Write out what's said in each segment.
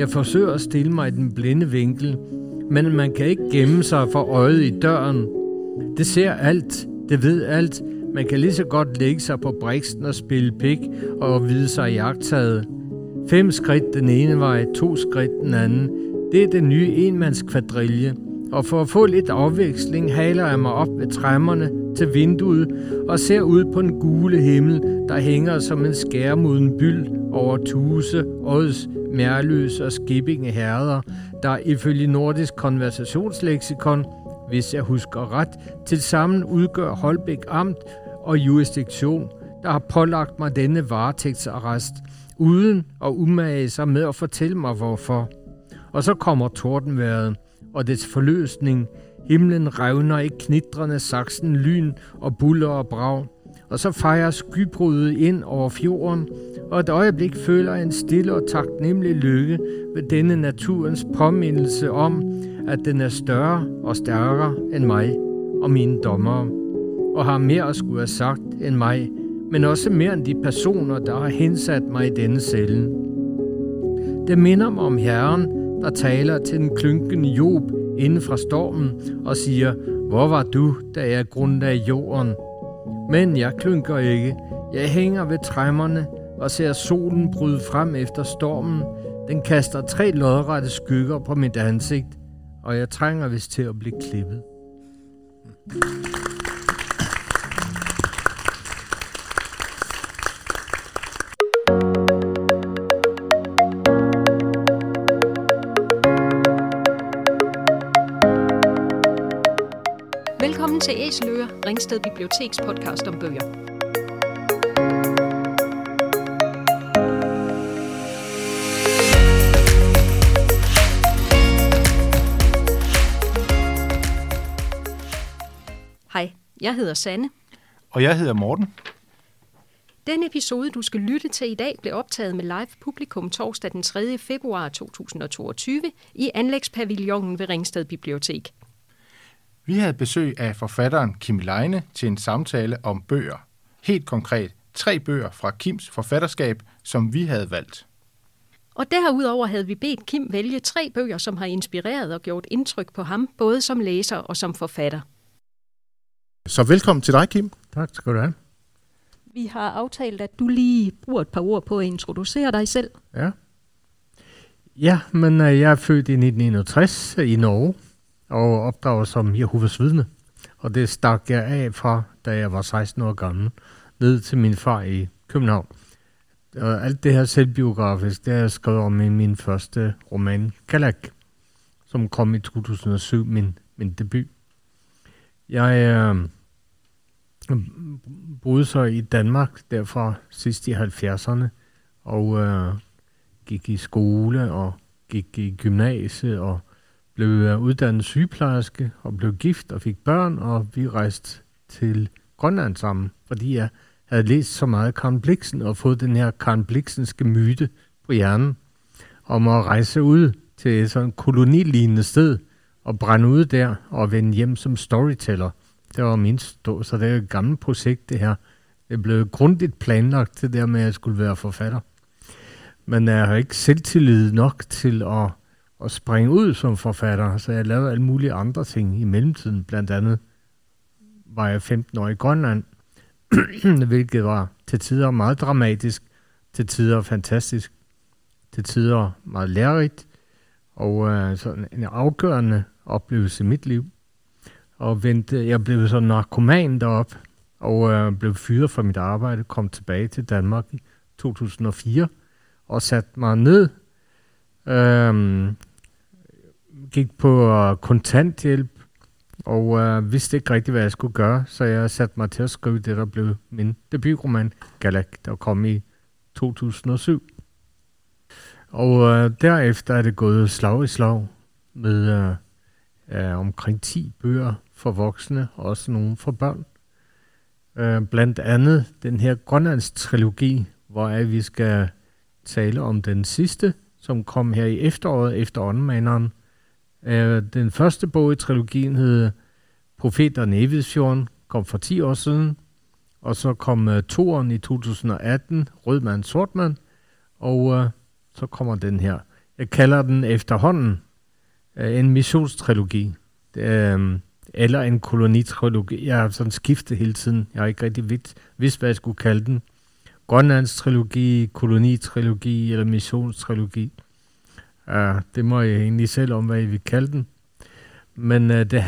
Jeg forsøger at stille mig i den blinde vinkel, men man kan ikke gemme sig for øjet i døren. Det ser alt, det ved alt. Man kan lige så godt lægge sig på briksen og spille pik og vide sig iagttaget. 5 skridt den ene vej, 2 skridt den anden. Det er den nye enmandskvadrille. Og for at få lidt afveksling haler jeg mig op ved træmmerne til vinduet og ser ud på den gule himmel, der hænger som en skærmuden byld over Tuse, Ods, Mærløs og Skippinge herreder, der ifølge Nordisk Konversationsleksikon, hvis jeg husker ret, tilsammen udgør Holbæk Amt og jurisdiktion, der har pålagt mig denne varetægtsarrest, uden at umage sig med at fortælle mig hvorfor. Og så kommer tordenvejret og dets forløsning. Himlen revner i knitrende saksen lyn og buller og brag. Og så fejrer skybruddet ind over fjorden, og et øjeblik føler en stille og taknemmelig lykke ved denne naturens påmindelse om, at den er større og stærkere end mig og mine dommere, og har mere at skulle have sagt end mig, men også mere end de personer, der har hensat mig i denne celle. Det minder mig om Herren, der taler til den klynkende Job inden fra stormen og siger, hvor var du, da jeg grundlagde jorden? Men jeg klynker ikke. Jeg hænger ved træmmerne og ser solen bryde frem efter stormen. Den kaster 3 lodrette skygger på mit ansigt, og jeg trænger vist til at blive klippet. Velkommen til Æseløer, Ringsted Biblioteks podcast om bøger. Hej, jeg hedder Sanne. Og jeg hedder Morten. Den episode, du skal lytte til i dag, blev optaget med live publikum torsdag den 3. februar 2022 i anlægspavillonen ved Ringsted Bibliotek. Vi havde besøg af forfatteren Kim Leine til en samtale om bøger. Helt konkret 3 bøger fra Kims forfatterskab, som vi havde valgt. Og derudover havde vi bedt Kim vælge 3 bøger, som har inspireret og gjort indtryk på ham, både som læser og som forfatter. Så velkommen til dig, Kim. Tak skal du have. Vi har aftalt, at du lige bruger et par ord på at introducere dig selv. Ja, men jeg er født i 1961 i Norge og opdraget som Jehovas vidne. Og det stak jeg af fra, da jeg var 16 år gammel, ned til min far i København. Og alt det her selvbiografisk, det har jeg skrevet om i min første roman, Galak, som kom i 2007, min debut. Jeg boede så i Danmark derfra sidst i 70'erne, og gik i skole og gik i gymnasiet og blev uddannet sygeplejerske og blev gift og fik børn, og vi rejste til Grønland sammen, fordi jeg havde læst så meget Karen Blixen og fået den her Karen Blixenske myte på hjernen om at rejse ud til sådan et kolonilignende sted og brænde ud der og vende hjem som storyteller. Det var min så det er et gammelt projekt, det her. Det blev grundigt planlagt til det med, at jeg skulle være forfatter. Men jeg har ikke selvtillid nok til at springe ud som forfatter, så jeg lavede alle mulige andre ting i mellemtiden. Blandt andet var jeg 15 år i Grønland, hvilket var til tider meget dramatisk, til tider fantastisk, til tider meget lærerigt, og sådan en afgørende oplevelse i mit liv. Og jeg blev så narkoman derop, og blev fyret fra mit arbejde, kom tilbage til Danmark i 2004, og satte mig ned, gik på kontanthjælp, og vidste ikke rigtig, hvad jeg skulle gøre, så jeg satte mig til at skrive det, der blev min debutroman, Galak, der kom i 2007. Og derefter er det gået slag i slag med omkring 10 bøger for voksne, og også nogle for børn. Blandt andet den her Grønlands trilogi, hvor vi skal tale om den sidste, som kom her i efteråret efter Åndemaneren. Den første bog i trilogien hed Profeterne i Evidsfjorden, kom for 10 år siden, og så kom toeren i 2018, Rødmand, Sortmand, og så kommer den her Jeg kalder den efterhånden en missionstrilogi. Eller en kolonitrilogi. Jeg har sådan skiftet hele tiden. Jeg har ikke rigtig vidst, hvad jeg skulle kalde den. Grønlands trilogi, kolonitrilogi eller missionstrilogi. Det må jeg egentlig selv om, hvad jeg vil kalde den. Men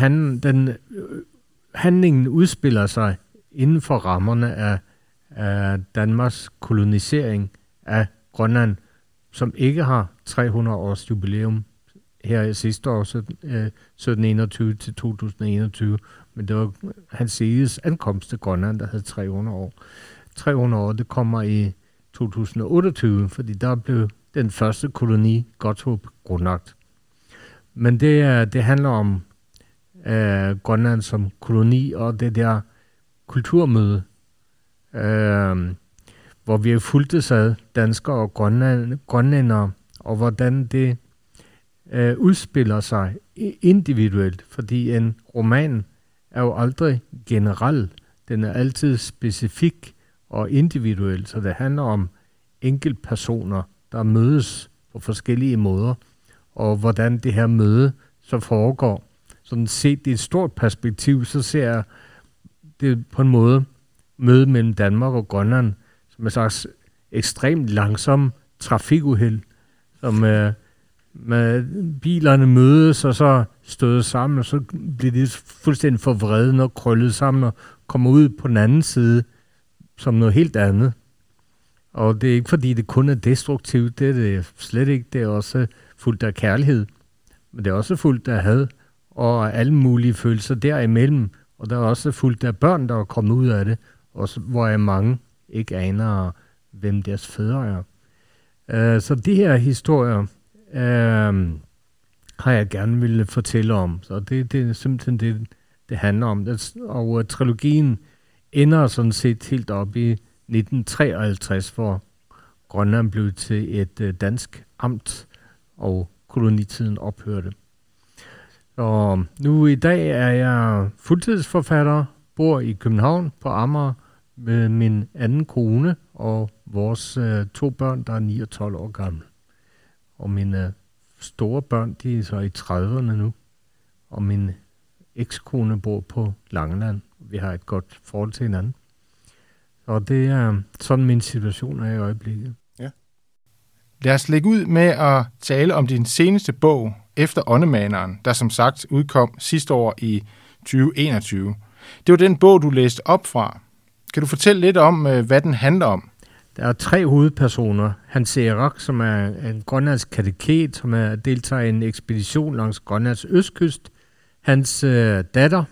handlingen udspiller sig inden for rammerne af Danmarks kolonisering af Grønland, som ikke har 300 års jubilæum her sidste år, 1721 til 2021, men det var Hans Eges ankomst til Grønland, der havde 300 år. 300 år, det kommer i 2028, fordi der blev den første koloni, Godthåb, grundlagt. Men det handler om Grønland som koloni, og det der kulturmøde, hvor vi har fulgtes ad, danskere og grønlændere, og hvordan det udspiller sig individuelt, fordi en roman er jo aldrig generel, den er altid specifik og individuel, så det handler om enkeltpersoner, der mødes på forskellige måder, og hvordan det her møde så foregår. Sådan set i et stort perspektiv, så ser jeg det på en måde møde mellem Danmark og Grønland som en slags ekstremt langsom trafikuheld, som med bilerne mødes og så støder sammen, og så bliver de fuldstændig forvredne og krøllet sammen og kommer ud på den anden side som noget helt andet. Og det er ikke fordi, det kun er destruktivt, det er det slet ikke. Det er også fuldt af kærlighed, men det er også fuldt af had og alle mulige følelser derimellem. Og der er også fuldt af børn, der er kommet ud af det, også hvor mange ikke aner, hvem deres fædre er. Så de her historier har jeg gerne ville fortælle om. Så det er simpelthen det handler om. Og trilogien ender sådan set helt op i 1953, hvor Grønland blev til et dansk amt, og kolonitiden ophørte. Og nu i dag er jeg fuldtidsforfatter, bor i København på Amager med min anden kone og vores 2 børn, der er 9 og 12 år gamle. Og mine store børn, de er så i 30'erne nu. Og min ekskone bor på Langeland. Vi har et godt forhold til hinanden. Og det er sådan min situation er i øjeblikket. Ja. Lad os lægge ud med at tale om din seneste bog, Efter Åndemaneren, der som sagt udkom sidste år i 2021. Det var den bog, du læste op fra. Kan du fortælle lidt om, hvad den handler om? Der er 3 hovedpersoner. Hans Erak, som er en grønlandsk kateket, som deltager i en ekspedition langs Grønlands østkyst. Hans datter,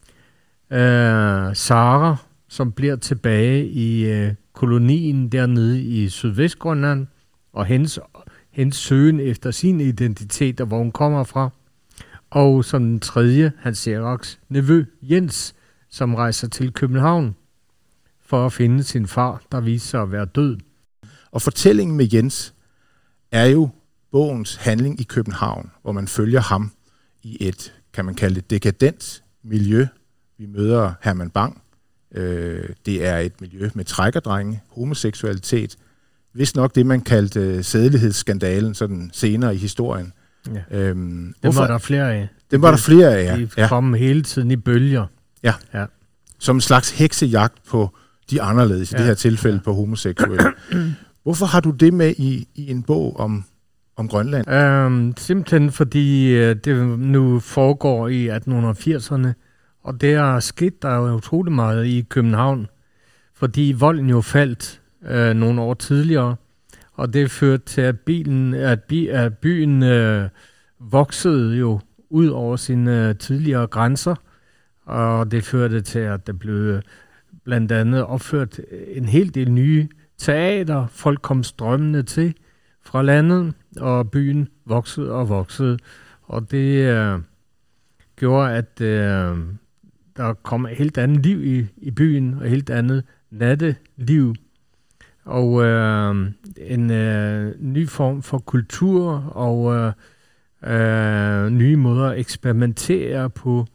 Sara, som bliver tilbage i kolonien dernede i Sydvestgrønland, og hendes søgen efter sin identitet og hvor hun kommer fra. Og som den tredje, Hans Eraks nevø Jens, som rejser til København for at finde sin far, der viser sig at være død. Og fortællingen med Jens er jo bogens handling i København, hvor man følger ham i et, kan man kalde det, dekadent miljø. Vi møder Herman Bang. Det er et miljø med trækkerdrenge, homoseksualitet. Vist nok det, man kaldte sædelighedsskandalen sådan senere i historien. Ja. Dem var der flere af. Dem var der flere af, ja. De kom hele tiden i bølger. Ja. Som en slags heksejagt på de anderledes, i det her tilfælde på homoseksuelle. Hvorfor har du det med i en bog om Grønland? Simpelthen fordi det nu foregår i 1880'erne, og det er sket der jo utrolig meget i København, fordi volden jo faldt nogle år tidligere, og det førte til, at byen voksede jo ud over sine tidligere grænser, og det førte til, at der blev blandt andet opført en hel del nye teater. Folk kom strømmende til fra landet, og byen voksede og voksede, og det gjorde, at der kom et helt andet liv i byen, og et helt andet natteliv, og en ny form for kultur, og nye måder at eksperimentere på,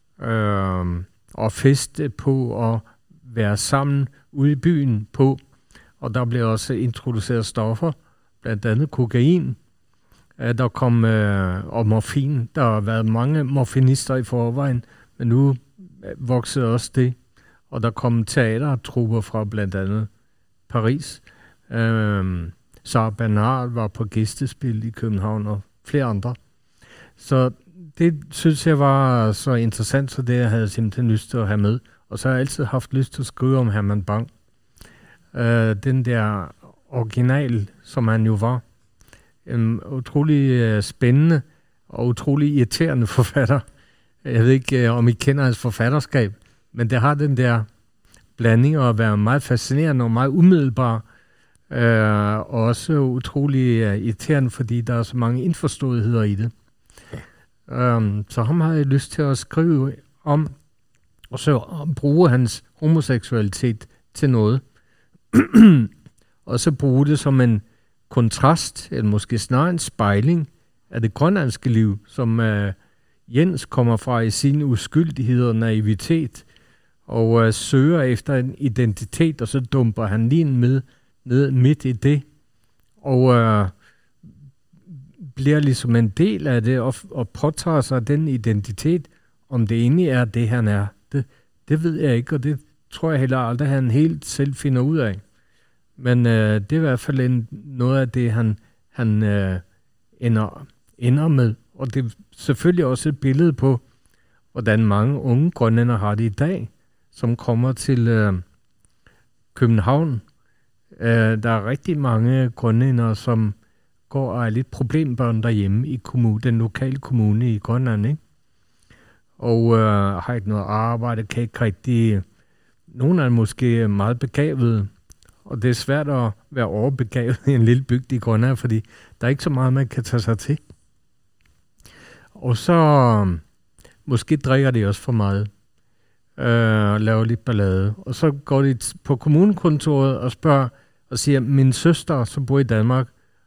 og feste på, og være sammen ude i byen på. Og der blev også introduceret stoffer, blandt andet kokain, Der kom og morfin. Der har været mange morfinister i forvejen, men nu voksede også det. Og der kom teatertrupper fra blandt andet Paris. Sarah Bernhardt var på gæstespil i København og flere andre. Så det synes jeg var så interessant, så det jeg havde simpelthen lyst til at have med. Og så har jeg altid haft lyst til at skrive om Herman Bang. Den der original, som han jo var. En utrolig spændende og utrolig irriterende forfatter. Jeg ved ikke, om I kender hans forfatterskab, men det har den der blanding at være meget fascinerende og meget umiddelbar. Og også utrolig irriterende, fordi der er så mange indforståeligheder i det. Så ham har jeg lyst til at skrive om, og så bruge hans homoseksualitet til noget. Og så bruge det som en kontrast, eller måske snarere en spejling af det grønlandske liv, som Jens kommer fra i sin uskyldighed og naivitet, og søger efter en identitet, og så dumper han lige ned midt i det, og bliver ligesom en del af det, og påtager sig den identitet, om det egentlig er det, han er. Det ved jeg ikke, og det tror jeg heller aldrig, han helt selv finder ud af. Men det er i hvert fald noget af det, han ender med. Og det er selvfølgelig også et billede på, hvordan mange unge grønlændere har det i dag, som kommer til København. Der er rigtig mange grønlændere, som går og er lidt problembørn derhjemme i den lokale kommune i Grønland, ikke? Og har ikke noget arbejde, kan ikke rigtig... Nogle er måske meget begavede, og det er svært at være overbegavet i en lille bygd i Grønland, fordi der er ikke så meget, man kan tage sig til. Og så måske drikker de også for meget og laver lidt ballade. Og så går de på kommunekontoret og spørger og siger, min søster, som bor i Danmark,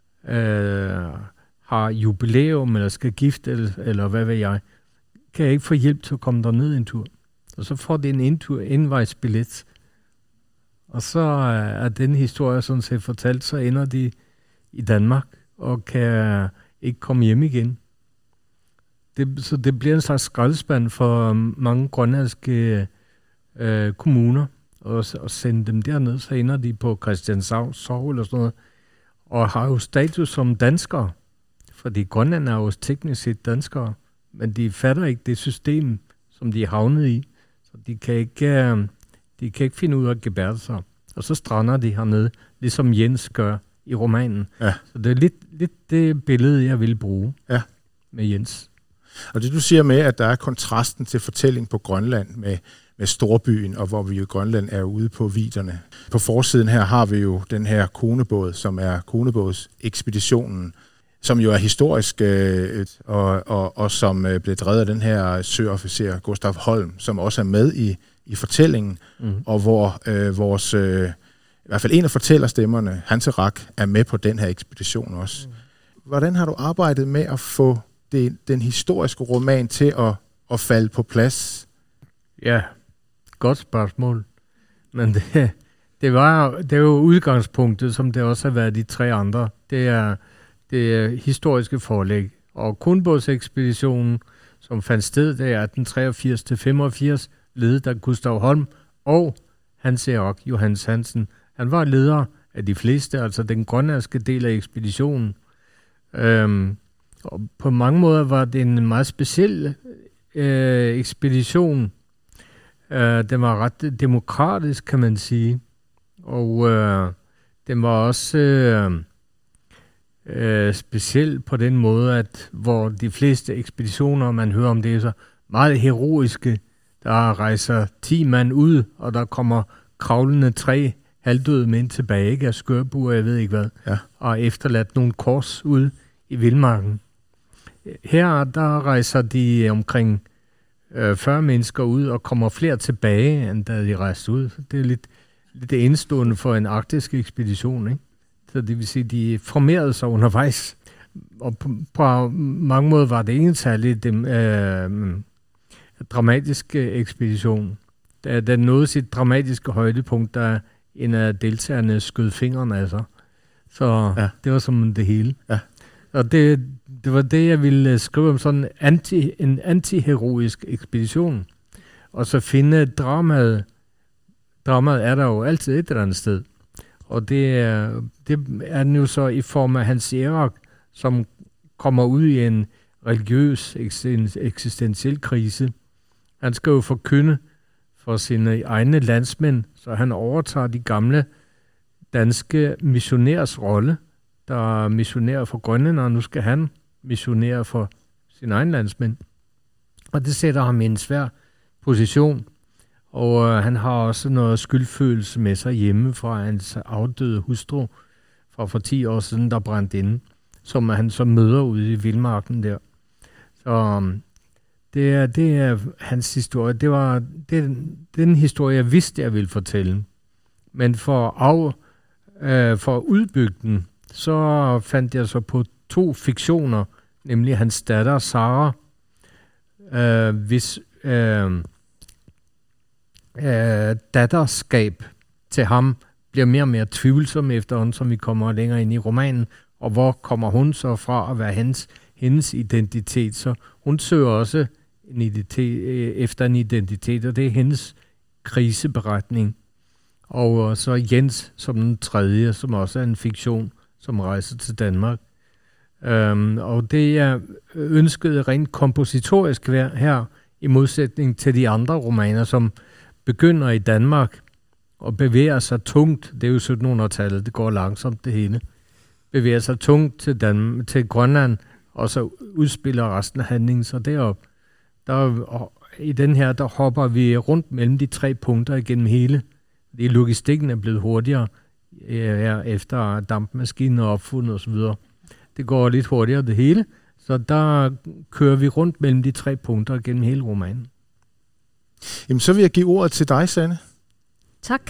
har jubilæum eller skal gifte, eller hvad ved jeg, kan jeg ikke få hjælp til at komme derned en tur. Og så får de en indvejsbillet. Og så er den historie sådan set fortalt, så ender de i Danmark og kan ikke komme hjem igen. Så det bliver en slags skraldespand for mange grønlandske kommuner og sende dem derned, så ender de på Christianshavn eller sådan noget, og har jo status som danskere, fordi Grønland er jo teknisk set danskere, men de fatter ikke det system, som de er havnet i, så de kan ikke finde ud af at gebærde sig. Og så strander de hernede, ligesom Jens gør i romanen. Ja. Så det er lidt det billede, jeg vil bruge med Jens. Og det du siger med, at der er kontrasten til fortælling på Grønland med storbyen, og hvor vi jo i Grønland er ude på vidderne. På forsiden her har vi jo den her konebåd, som er konebådsekspeditionen, som jo er historisk, og som blev drevet af den her søofficer Gustav Holm, som også er med i fortællingen, og hvor vores, i hvert fald en af fortællerstemmerne, Hanse Rak, er med på den her ekspedition også. Hvordan har du arbejdet med at få den historiske roman til at falde på plads? Ja, godt spørgsmål. Men det er jo udgangspunktet, som det også har været de tre andre. Det er historiske forlæg. Og konebådsekspeditionen, som fandt sted der 1883-85, ledet af Gustav Holm og Hanse Rak, Johannes Hansen. Han var leder af de fleste, altså den grønlandske del af ekspeditionen. Og på mange måder var det en meget speciel ekspedition. Den var ret demokratisk, kan man sige. Og den var også speciel på den måde, at hvor de fleste ekspeditioner, man hører om det, er så meget heroiske. Der rejser 10 mand ud, og der kommer kravlende 3 halvdøde mænd tilbage, ikke? Af skørbur, jeg ved ikke hvad, og efterladt nogle kors ud i vildmarken. Her der rejser de omkring 40 mennesker ud og kommer flere tilbage, end da de rejste ud. Det er lidt enestående for en arktisk ekspedition, ikke? Så det vil sige, de formerede sig undervejs. Og på mange måder var det en særlig dramatisk ekspedition. Da den nåede sit dramatiske højdepunkt, der en af deltagerne skød fingrene af sig. Så det var som det hele. Ja. Og det var det, jeg ville skrive om, sådan en antiheroisk ekspedition. Og så finde dramaet. Dramaet er der jo altid et eller andet sted. Og det er den jo så i form af Hans Erik, som kommer ud i en religiøs eksistentiel krise. Han skal jo forkynde for sine egne landsmænd, så han overtager de gamle danske missionærs rolle, der missionerer for grønlændere, og nu skal han missionere for sin egen landsmænd. Og det sætter ham i en svær position, og han har også noget skyldfølelse med sig hjemme fra hans afdøde hustru for 10 år siden, der brændte inde, som han så møder ude i vildmarken der. Så det er hans historie. Det var den historie, jeg vidste, jeg ville fortælle. Men for at udbygge den, så fandt jeg så på 2 fiktioner, nemlig hans datter Sara, hvis datterskab til ham bliver mere og mere tvivlsom efterhånden, som vi kommer længere ind i romanen, og hvor kommer hun så fra at være hendes identitet. Så hun søger også efter en identitet, og det er hendes kriseberetning. Og så Jens som den tredje, som også er en fiktion, som rejser til Danmark. Og det er ønsket rent kompositorisk her, i modsætning til de andre romaner, som begynder i Danmark og bevæger sig tungt. Det er jo 1700-tallet, det går langsomt det hele. Bevæger sig tungt til Grønland, og så udspiller resten af handlingen sig derop. I den her, der hopper vi rundt mellem de 3 punkter igennem hele. Logistikken er blevet hurtigere efter dampmaskinen er opfundet osv. Det går lidt hurtigere det hele, så der kører vi rundt mellem de 3 punkter gennem hele romanen. Jamen, så vil jeg give ordet til dig, Sanne. Tak.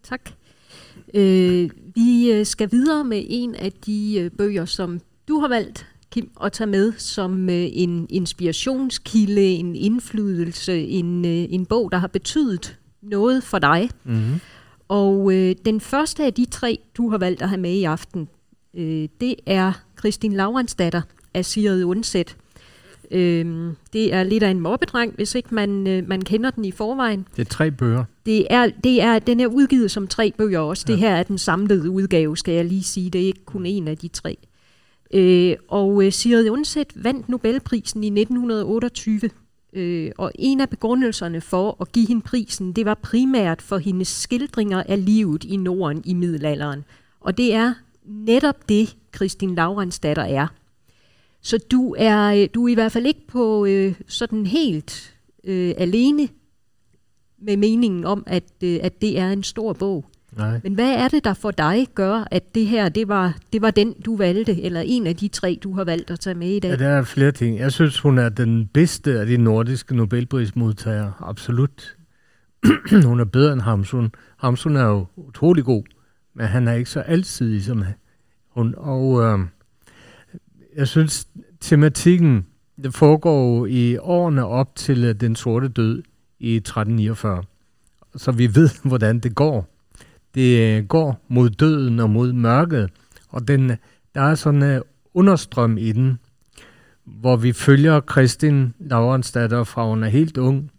Vi skal videre med en af de bøger, som du har valgt, Kim, at tage med som en inspirationskilde, en indflydelse, en bog, der har betydet noget for dig. Mm-hmm. Og den første af de 3, du har valgt at have med i aften, det er Kristín Lavransdatter af Sigrid Undset. Det er lidt af en mobbedreng, hvis ikke man kender den i forvejen. Det er 3 bøger. Den er udgivet som 3 bøger også. Ja. Det her er den samlede udgave, skal jeg lige sige. Det er ikke kun en af de 3. Og Sigrid Undset vandt Nobelprisen i 1928. Og en af begrundelserne for at give hende prisen, det var primært for hendes skildringer af livet i Norden i middelalderen. Og det er netop det, Kristín Lavransdatter er. Så du er i hvert fald ikke på sådan helt alene med meningen om, at det er en stor bog. Nej. Men hvad er det, der for dig gør, at det her, det var den, du valgte, eller en af de 3, du har valgt at tage med i dag? Ja, der er flere ting. Jeg synes, hun er den bedste af de nordiske Nobelprismodtagere. Absolut. Hun er bedre end Hamsun. Hamsun er jo utrolig god, men han er ikke så alsidig som hun. Og jeg synes, tematikken, det foregår i årene op til den sorte død i 1349. Så vi ved, hvordan det går. Det går mod døden og mod mørket, og der er sådan en understrøm i den, hvor vi følger Kristín Lavransdatter fra hun er helt ung,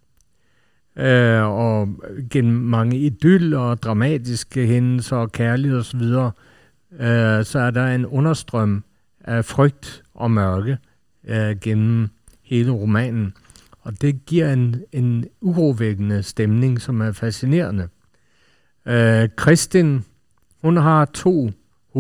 og gennem mange idyller og dramatiske hændelser og kærlighed osv., så er der en understrøm af frygt og mørke gennem hele romanen. Og det giver en urovækkende stemning, som er fascinerende. Kristín, hun har 2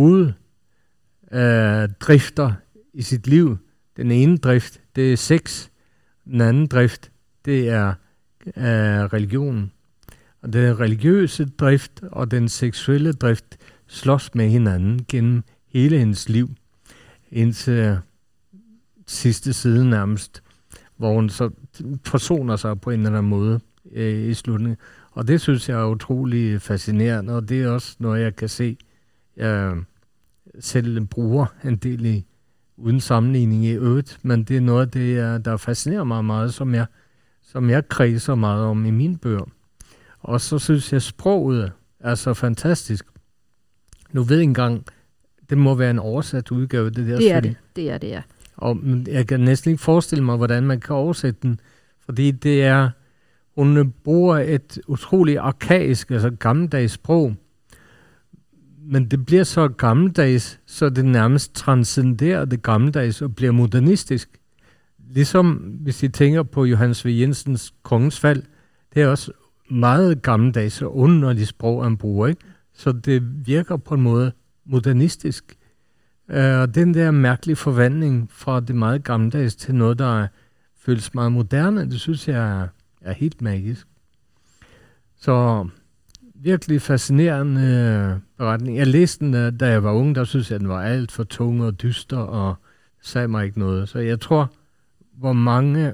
hoveddrifter i sit liv. Den ene drift, det er sex. Den anden drift, det er religionen. Og den religiøse drift og den seksuelle drift slås med hinanden gennem hele hendes liv. Indtil sidste side nærmest, hvor hun så forsoner sig på en eller anden måde i slutningen. Og det synes jeg er utrolig fascinerende, og det er også noget, jeg kan se, jeg selv bruger en del i, uden sammenligning i øvrigt, men det er noget af det, der fascinerer mig meget, som jeg kredser meget om i mine bøger. Og så synes jeg, sproget er så fantastisk. Nu ved jeg engang, Det må være en oversat udgave, det der. Det er det. Og jeg kan næsten ikke forestille mig, hvordan man kan oversætte den, fordi det er, hun bruger et utroligt arkaisk, altså gammeldags sprog, men det bliver så gammeldags, så det nærmest transcenderer det gammeldags og bliver modernistisk. Ligesom hvis I tænker på Johannes V. Jensens Kongens Fald, det er også meget gammeldags og underligt sprog, han bruger, ikke? Så det virker på en måde modernistisk. Og den der mærkelige forvandling fra det meget gammeldags til noget, der føles meget moderne, det synes jeg er helt magisk. Så virkelig fascinerende beretning. Jeg læste den, da jeg var ung, der synes jeg, den var alt for tung og dyster og sagde mig ikke noget. Så jeg tror, hvor mange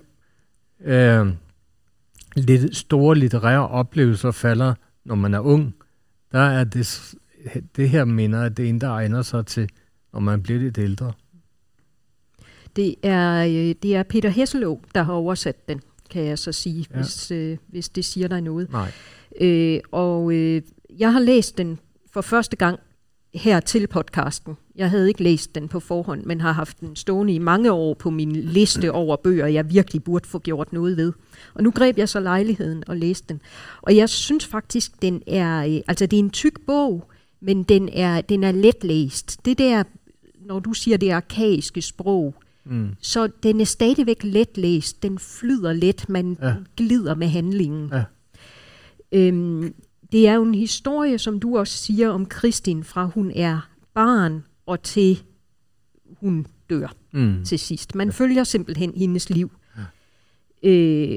lidt store litterære oplevelser falder, når man er ung, der er det her minder, at det er en, der egner sig til, når man bliver lidt ældre. Det er Peter Hesselå, der har oversat den, kan jeg så sige, hvis det siger dig noget. Nej. Jeg har læst den for første gang her til podcasten. Jeg havde ikke læst den på forhånd, men har haft den stående i mange år på min liste over bøger, jeg virkelig burde få gjort noget ved. Og nu greb jeg så lejligheden og læste den. Og jeg synes faktisk, den er, altså det er en tyk bog, men den er letlæst. Det der, når du siger det arkaiske sprog, så den er stadigvæk letlæst. Den flyder let, man glider med handlingen. Ja. Det er jo en historie, som du også siger om Kristin, fra hun er barn og til hun dør til sidst. Man følger simpelthen hendes liv. Ja.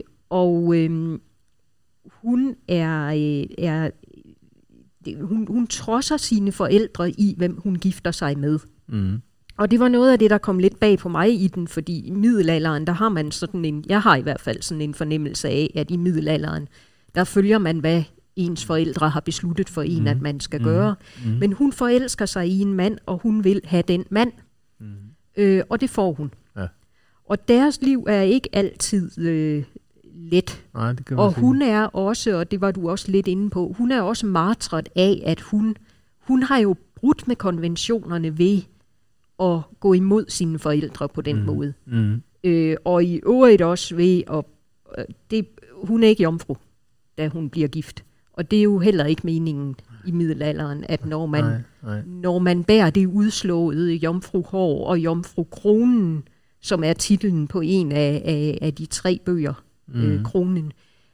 Hun trodser sine forældre i, hvem hun gifter sig med. Og det var noget af det, der kom lidt bag på mig i den, fordi i middelalderen, der har man jeg har i hvert fald sådan en fornemmelse af, at i middelalderen, der følger man, hvad ens forældre har besluttet for en, at man skal gøre. Men hun forelsker sig i en mand, og hun vil have den mand. Og det får hun. Ja. Og deres liv er ikke altid let. Nej, det kan og hun er også, og det var du også lidt inde på, hun er også martret af, at hun har jo brudt med konventionerne ved at gå imod sine forældre på den måde. Og i øvrigt også ved at hun er ikke jomfru, da hun bliver gift. Og det er jo heller ikke meningen i middelalderen, at når man bærer det udslåede jomfruhår og jomfrukronen, som er titlen på en af de 3 bøger, kronen,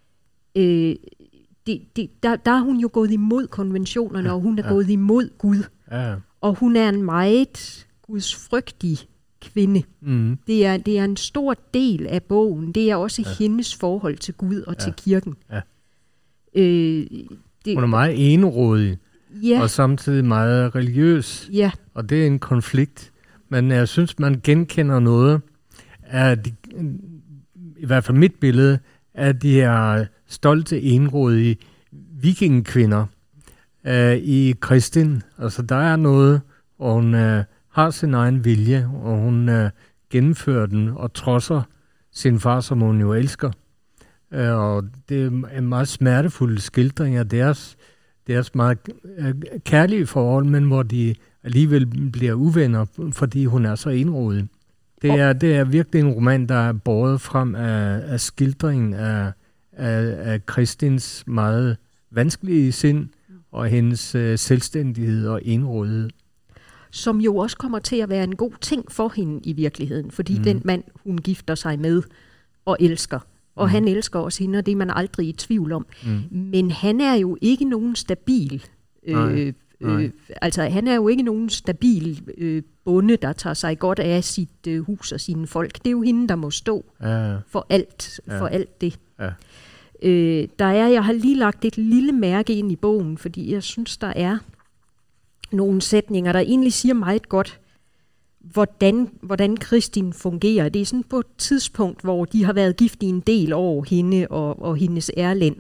der er hun jo gået imod konventionerne, og hun er gået imod Gud. Ja. Og hun er en meget gudsfrygtig kvinde. Det er en stor del af bogen. Det er også hendes forhold til Gud og til kirken. Ja. Hun er meget enerådig, og samtidig meget religiøs. Ja. Og det er en konflikt. Men jeg synes, man genkender noget af i hvert fald mit billede, at de er stolte, enerådige vikingekvinder i Kristin. Altså, der er noget, og hun har sin egen vilje, og hun gennemfører den og trodser sin far, som hun jo elsker. Og det er en meget smertefuld skildring af deres meget kærlige forhold, men hvor de alligevel bliver uvenner, fordi hun er så enrådig. Det er virkelig en roman, der er båret frem af skildringen af Kristins meget vanskelige sind og hendes selvstændighed og enrådighed. Som jo også kommer til at være en god ting for hende i virkeligheden, fordi den mand, hun gifter sig med og elsker, og han elsker også hende, og det er man aldrig i tvivl om. Men han er jo ikke nogen stabil altså han er jo ikke nogen stabil bonde, der tager sig godt af sit hus og sine folk. Det er jo hende, der må stå for alt det. Ja. Jeg har lige lagt et lille mærke ind i bogen, fordi jeg synes, der er nogle sætninger, der egentlig siger meget godt, hvordan Kristin fungerer. Det er sådan på et tidspunkt, hvor de har været gift i en del år, hende og hendes Erlend.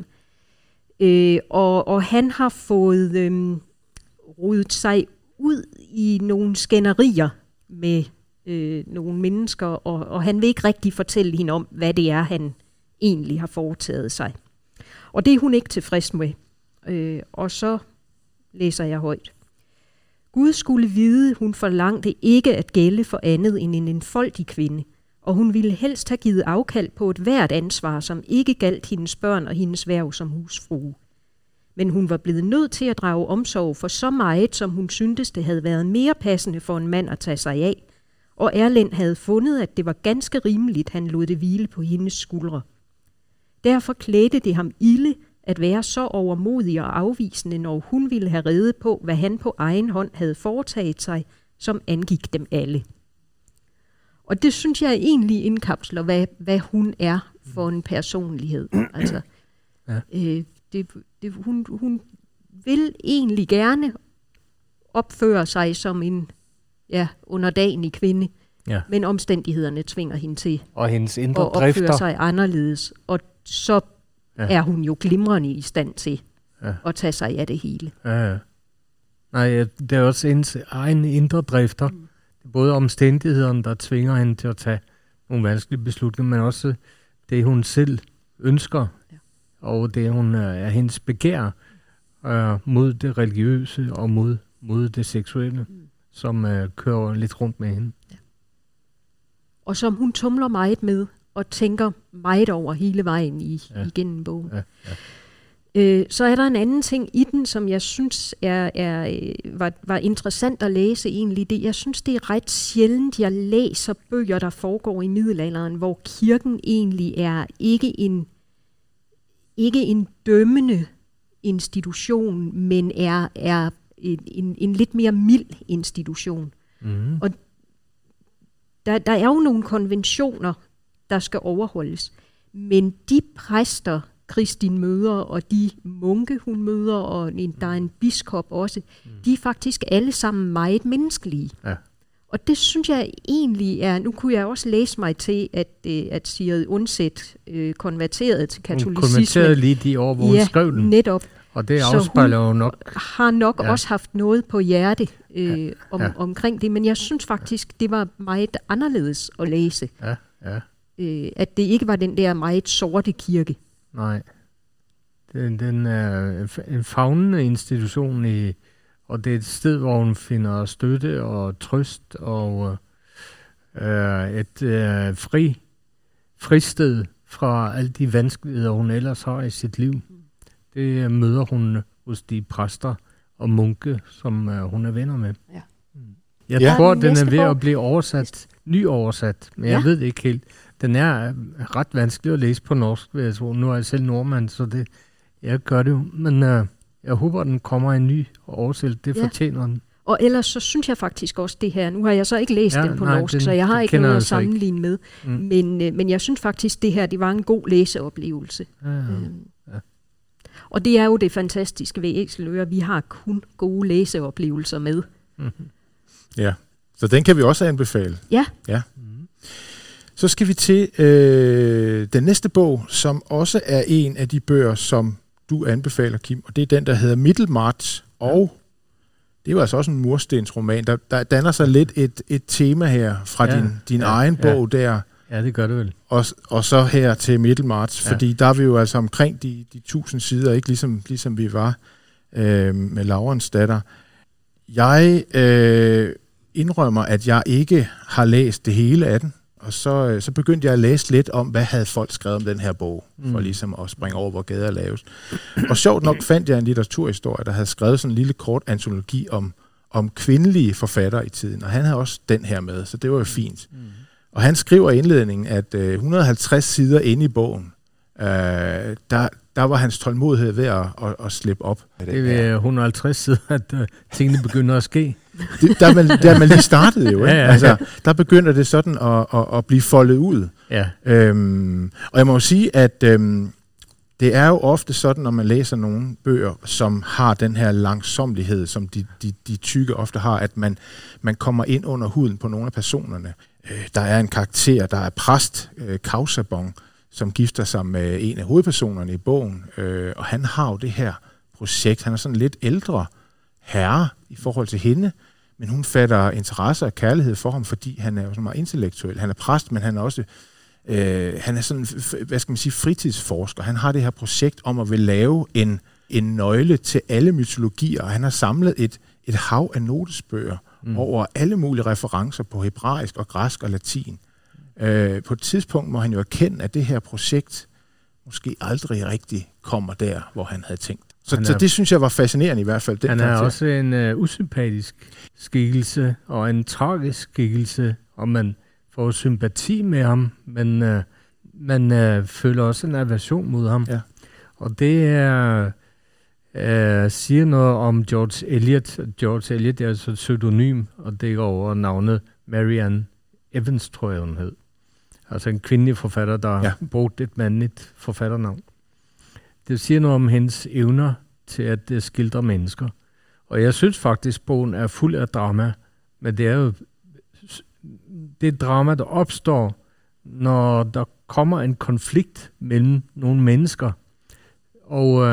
Og han har fået rodet sig ud i nogle skænderier med nogle mennesker, og han vil ikke rigtig fortælle hende om, hvad det er, han egentlig har foretaget sig. Og det er hun ikke tilfreds med. Og så læser jeg højt. Gud skulle vide, hun forlangte ikke at gælde for andet end en enfoldig kvinde, og hun ville helst have givet afkald på et hvert ansvar, som ikke galt hendes børn og hendes hverv som husfrue. Men hun var blevet nødt til at drage omsorg for så meget, som hun syntes, det havde været mere passende for en mand at tage sig af, og Erlend havde fundet, at det var ganske rimeligt, han lod det hvile på hendes skuldre. Derfor klædte det ham ilde at være så overmodig og afvisende, når hun ville have rede på, hvad han på egen hånd havde foretaget sig, som angik dem alle. Og det synes jeg egentlig indkapsler, hvad hun er for en personlighed. Altså, hun vil egentlig gerne opføre sig som en underdanig kvinde, men omstændighederne tvinger hende til og hendes indre at opføre sig anderledes, og så er hun jo glimrende i stand til at tage sig af det hele. Ja. Nej, det er også hendes egen indre drifter. Det er både omstændighederne, der tvinger hende til at tage nogle vanskelige beslutninger, men også det, hun selv ønsker, og det, hun er hendes begær mod det religiøse og mod det seksuelle, som kører lidt rundt med hende. Ja. Og som hun tumler meget med, og tænker meget over hele vejen igennem bogen. Så er der en anden ting i den, som jeg synes var interessant at læse egentlig. Jeg synes, det er ret sjældent, jeg læser bøger, der foregår i middelalderen, hvor kirken egentlig er ikke en dømmende institution, men er en lidt mere mild institution. Mm. Og der er jo nogle konventioner, der skal overholdes. Men de præster, Kristin møder, og de munke, hun møder, og der er en biskop også, de er faktisk alle sammen meget menneskelige. Ja. Og det synes jeg egentlig er, nu kunne jeg også læse mig til, at Sigrid Undset konverterede til katolicismen. Hun konverterede lige de år, hvor hun skrev den. Netop. Og det afspejler jo nok. Har nok også haft noget på hjerte omkring det, men jeg synes faktisk, det var meget anderledes at læse. Ja. At det ikke var den der meget sorte kirke. Nej. Den er en favnende institution, og det er et sted, hvor hun finder støtte og trøst og et fristed fra alle de vanskeligheder, hun ellers har i sit liv. Det møder hun hos de præster og munke, som hun er venner med. Ja. Jeg tror, den er ved at blive nyoversat, men jeg ved ikke helt. Den er ret vanskelig at læse på norsk, vil jeg tro. Nu er jeg selv nordmand, så jeg gør det jo. Men jeg håber, den kommer en ny oversættelse. Det fortjener den. Og ellers så synes jeg faktisk også det her. Nu har jeg så ikke læst den på norsk, så jeg har ikke noget at sammenligne med. Men jeg synes faktisk, det her det var en god læseoplevelse. Og det er jo det fantastiske ved Æseløer. Vi har kun gode læseoplevelser med. Mm-hmm. Ja, så den kan vi også anbefale. Ja. Så skal vi til den næste bog, som også er en af de bøger, som du anbefaler, Kim. Og det er den, der hedder Middlemarch. Og det er jo altså også en murstensroman. Der danner sig lidt et tema her fra din egen bog der. Ja, det gør det vel. Og så her til Middlemarch, fordi der er vi jo altså omkring de 1000 sider, ikke ligesom vi var med Laurens datter. Jeg indrømmer, at jeg ikke har læst det hele af den, og så begyndte jeg at læse lidt om, hvad havde folk skrevet om den her bog, for ligesom at springe over, hvor gader laves. Og sjovt nok fandt jeg en litteraturhistorie, der havde skrevet sådan en lille kort antologi om kvindelige forfattere i tiden, og han havde også den her med, så det var jo fint. Og han skriver i indledningen, at 150 sider inde i bogen, der var hans tålmodighed ved at slippe op. Det er 150 sider, at tingene begynder at ske. Der man lige startede jo. Ikke? Altså, der begynder det sådan at blive foldet ud. Ja. Og jeg må jo sige, at det er jo ofte sådan, når man læser nogle bøger, som har den her langsommelighed, som de tykke ofte har, at man kommer ind under huden på nogle af personerne. Der er en karakter, der er præst, Kausabon, som gifter sig med en af hovedpersonerne i bogen, og han har jo det her projekt. Han er sådan lidt ældre herre i forhold til hende, men hun fatter interesse og kærlighed for ham, fordi han er jo så meget intellektuel. Han er præst, men han er også han er sådan, hvad skal man sige, fritidsforsker. Han har det her projekt om at vil lave en nøgle til alle mytologier, og han har samlet et hav af notesbøger over alle mulige referencer på hebraisk og græsk og latin. På et tidspunkt må han jo erkende, at det her projekt måske aldrig rigtig kommer der, hvor han havde tænkt. Så det synes jeg var fascinerende i hvert fald. Han er også en usympatisk skikkelse og en tragisk skikkelse, og man får sympati med ham, men man føler også en aversion mod ham. Ja. Og det siger noget om George Eliot. George Eliot er altså et pseudonym, og det går over navnet Marianne Evans, tror jeg hun hed. Altså en kvindelig forfatter, der brugte et mandligt forfatternavn. Det siger noget om hendes evner til at skildre mennesker. Og jeg synes faktisk, bogen er fuld af drama, men det er jo det drama, der opstår, når der kommer en konflikt mellem nogle mennesker. Og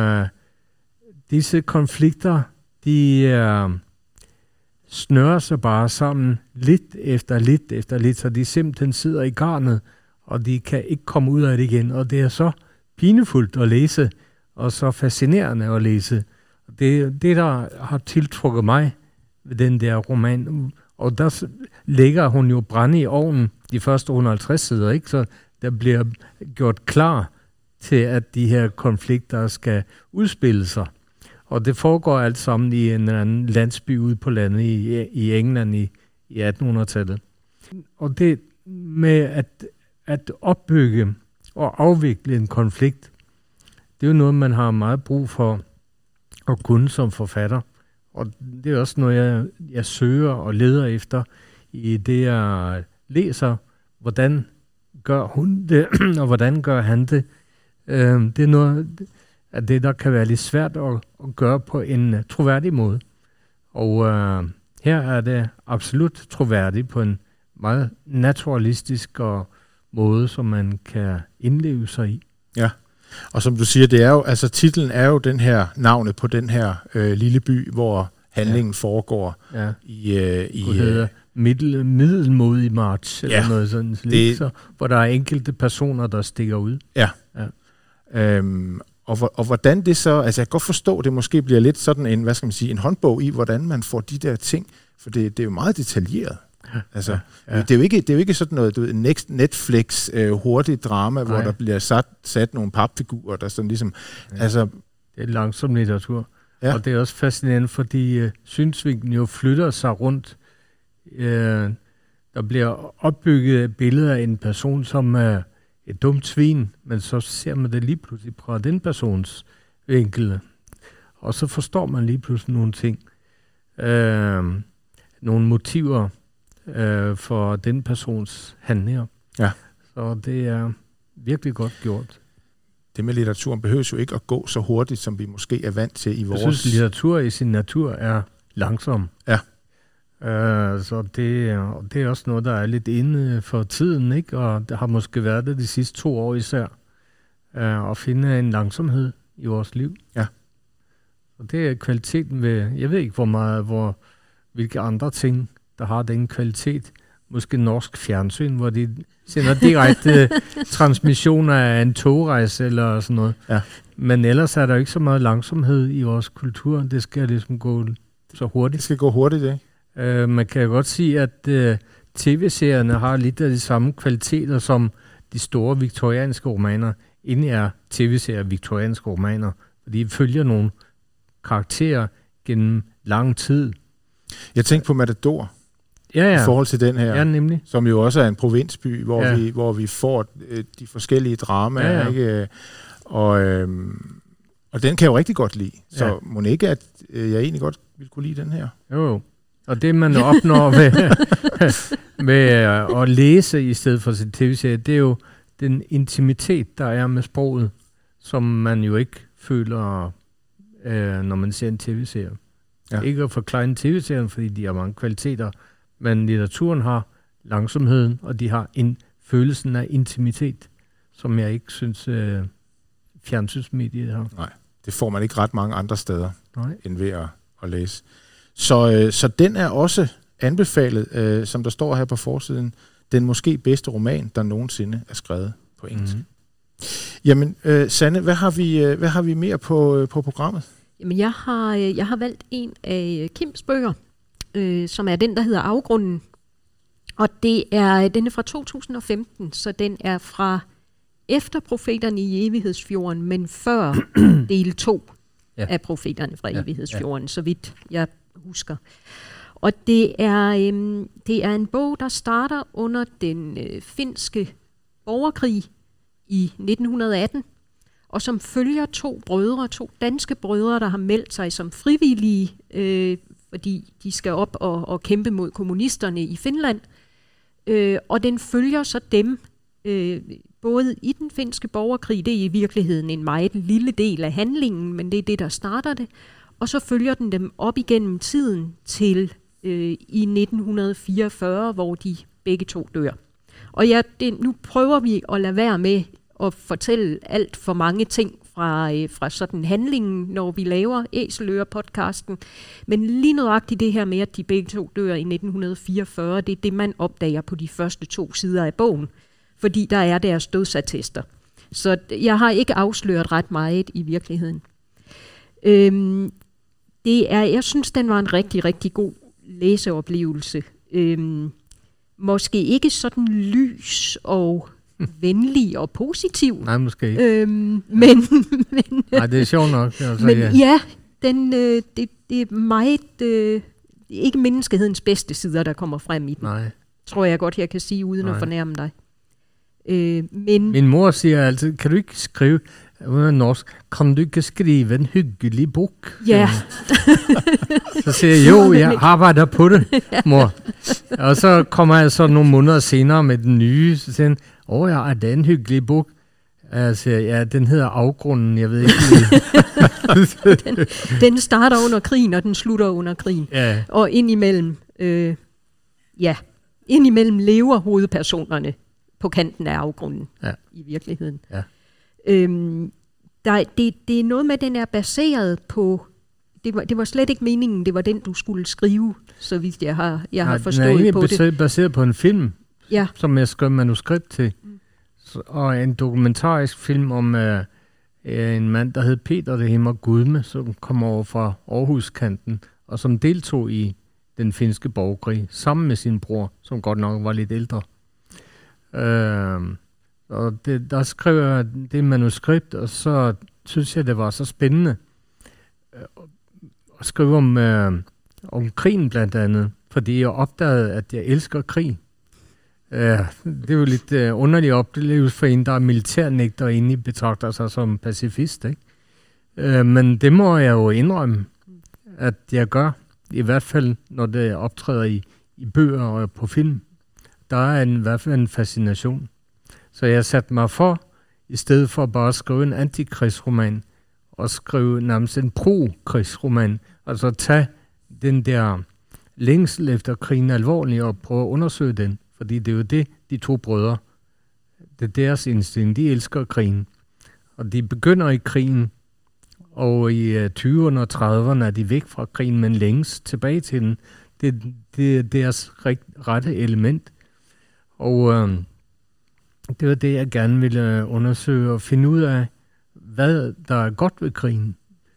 disse konflikter, de snører sig bare sammen lidt efter lidt, så de simpelthen sidder i garnet, og de kan ikke komme ud af det igen. Og det er så pinefuldt at læse, og så fascinerende at læse. Det der har tiltrukket mig ved den der roman, og der lægger hun jo brænde i ovnen de første 150 sider, ikke? Så der bliver gjort klar til, at de her konflikter skal udspille sig. Og det foregår alt sammen i en anden landsby ude på landet i England i 1800-tallet. Og det med at opbygge og afvikle en konflikt, det er jo noget, man har meget brug for at kunne som forfatter. Og det er også noget, jeg søger og leder efter i det, jeg læser. Hvordan gør hun det, og hvordan gør han det? Det er noget af det, der kan være lidt svært at gøre på en troværdig måde. Og her er det absolut troværdigt på en meget naturalistisk måde, som man kan indleve sig i. Ja. Og som du siger, det er jo, altså titlen er jo den her navnet på den her lille by, hvor handlingen foregår i middelmodig march eller noget sådan lidt, så, hvor der er enkelte personer, der stikker ud. Ja. Og hvordan det så, altså jeg kan godt forstå, det måske bliver lidt sådan en, hvad skal man sige, en håndbog i, hvordan man får de der ting, for det er jo meget detaljeret. Altså, det er jo ikke sådan noget, du ved, Netflix hurtigt drama, hvor der bliver sat nogle papfigurer, der sådan ligesom, altså... Det er langsom litteratur. Ja. Og det er også fascinerende, fordi synsvinklen jo flytter sig rundt. Der bliver opbygget billeder af en person, som er et dumt svin, men så ser man det lige pludselig fra den persons vinkel. Og så forstår man lige pludselig nogle ting. Nogle motiver for den persons handlinger. Ja. Så det er virkelig godt gjort. Det med litteraturen behøver jo ikke at gå så hurtigt, som vi måske er vant til i vores... Jeg synes, litteratur i sin natur er langsom. Ja. Så det er også noget, der er lidt inde for tiden, ikke? Og det har måske været det de sidste 2 år især, at finde en langsomhed i vores liv. Ja. Og det er kvaliteten ved... Jeg ved ikke, hvilke andre ting, der har den kvalitet. Måske norsk fjernsyn, hvor de sender direkte transmissioner af en togrejse eller sådan noget. Ja. Men ellers er der ikke så meget langsomhed i vores kultur. Det skal ligesom gå så hurtigt. Det skal gå hurtigt, ikke? Man kan godt sige, at tv-serierne har lidt af de samme kvaliteter som de store viktorianske romaner. Inden er tv-serier viktorianske romaner, fordi de følger nogle karakterer gennem lang tid. Jeg tænkte på Matador. I forhold til den her, nemlig. Som jo også er en provinsby, hvor vi får de forskellige dramaer, ikke? Og den kan jeg jo rigtig godt lide. Så må ikke, at jeg egentlig godt vil kunne lide den her. Jo. Og det, man opnår med at læse i stedet for sin tv-serie, det er jo den intimitet, der er med sproget, som man jo ikke føler, når man ser en tv-serie. Ja. Ikke at forklare en tv-serien, fordi de har mange kvaliteter, men litteraturen har langsomheden, og de har følelsen af intimitet, som jeg ikke synes fjernsynsmediet har. Nej, det får man ikke ret mange andre steder, end ved at læse. Så den er også anbefalet, som der står her på forsiden, den måske bedste roman, der nogensinde er skrevet på engelsk. Mm-hmm. Jamen, Sanne, hvad har vi mere på programmet? Jamen, jeg har valgt en af Kims bøger, som er den, der hedder Afgrunden. Og den er fra 2015, så den er fra efter profeterne i Evighedsfjorden, men før del 2 af profeterne fra Evighedsfjorden, så vidt jeg husker. Og det er en bog, der starter under den finske borgerkrig i 1918, og som følger to danske brødre, der har meldt sig som frivillige, fordi de skal op og kæmpe mod kommunisterne i Finland. Og den følger så dem, både i den finske borgerkrig, det er i virkeligheden en meget lille del af handlingen, men det er det, der starter det, og så følger den dem op igennem tiden til i 1944, hvor de begge to dør. Og nu prøver vi at lade være med at fortælle alt for mange ting fra sådan handlingen, når vi laver Æseløer-podcasten. Men lige nøjagtigt det her med, at de begge to dør i 1944, det er det, man opdager på de første 2 sider af bogen, fordi der er deres dødsattester. Så jeg har ikke afsløret ret meget i virkeligheden. Jeg synes, den var en rigtig, rigtig god læseoplevelse. Måske ikke sådan lys og venlig og positiv. Nej, måske ikke. Men nej, det er sjovt nok. Altså, men det er meget ikke menneskehedens bedste sider, der kommer frem i den. Nej. Tror jeg godt, jeg kan sige, uden at fornærme dig. Men min mor siger altid, kan du ikke skrive norsk, kan du ikke skrive en hyggelig bog? Ja. Så siger jeg, jo, jeg arbejder på det, mor. Og så kommer jeg så nogle måneder senere med den nye, så siger han, er det en hyggelig bog? Jeg siger, ja, den hedder Afgrunden, jeg ved ikke. den starter under krigen, og den slutter under krigen. Ja. Og indimellem lever hovedpersonerne på kanten af afgrunden i virkeligheden. Ja. Det er noget med, den er baseret på. Det var slet ikke meningen, det var den, du skulle skrive, så vidt jeg har forstået på det. Den er baseret på en film, som jeg skrev manuskript til. Og en dokumentarisk film om en mand, der hed Peter det Himmer Gudme, som kom over fra Aarhuskanten, og som deltog i den finske borgerkrig, sammen med sin bror, som godt nok var lidt ældre. Og der skrev jeg det manuskript, og så synes jeg, det var så spændende at skrive om krigen blandt andet, fordi jeg opdagede, at jeg elsker krig. Det er jo lidt underlig oplevelse for en, der er militærnægter og egentlig betragter sig som pacifist, ikke? Men det må jeg jo indrømme, at jeg gør, i hvert fald når det optræder i bøger og på film. Der er i hvert fald en fascination. Så jeg satte mig for, i stedet for bare at skrive en antikrigsroman, og skrive nærmest en pro-krigsroman, altså tage den der længsel efter krigen alvorligt og prøve at undersøge den. Fordi det er jo det, de 2 brødre, det er deres instinkt, de elsker krigen. Og de begynder i krigen, og i 20'erne og 30'erne er de væk fra krigen, men længes tilbage til den. Det er deres rette element. Og det var det, jeg gerne ville undersøge og finde ud af, hvad der er godt ved krigen.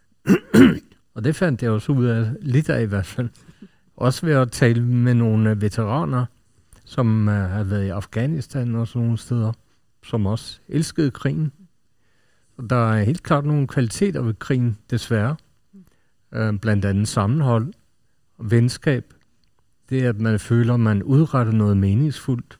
Og det fandt jeg også ud af, lidt af i hvert fald. Også ved at tale med nogle veteraner, som har været i Afghanistan og sådan nogle steder, som også elskede krigen. Og der er helt klart nogle kvaliteter ved krigen, desværre. Blandt andet sammenhold og venskab. Det er, at man føler, at man udretter noget meningsfuldt.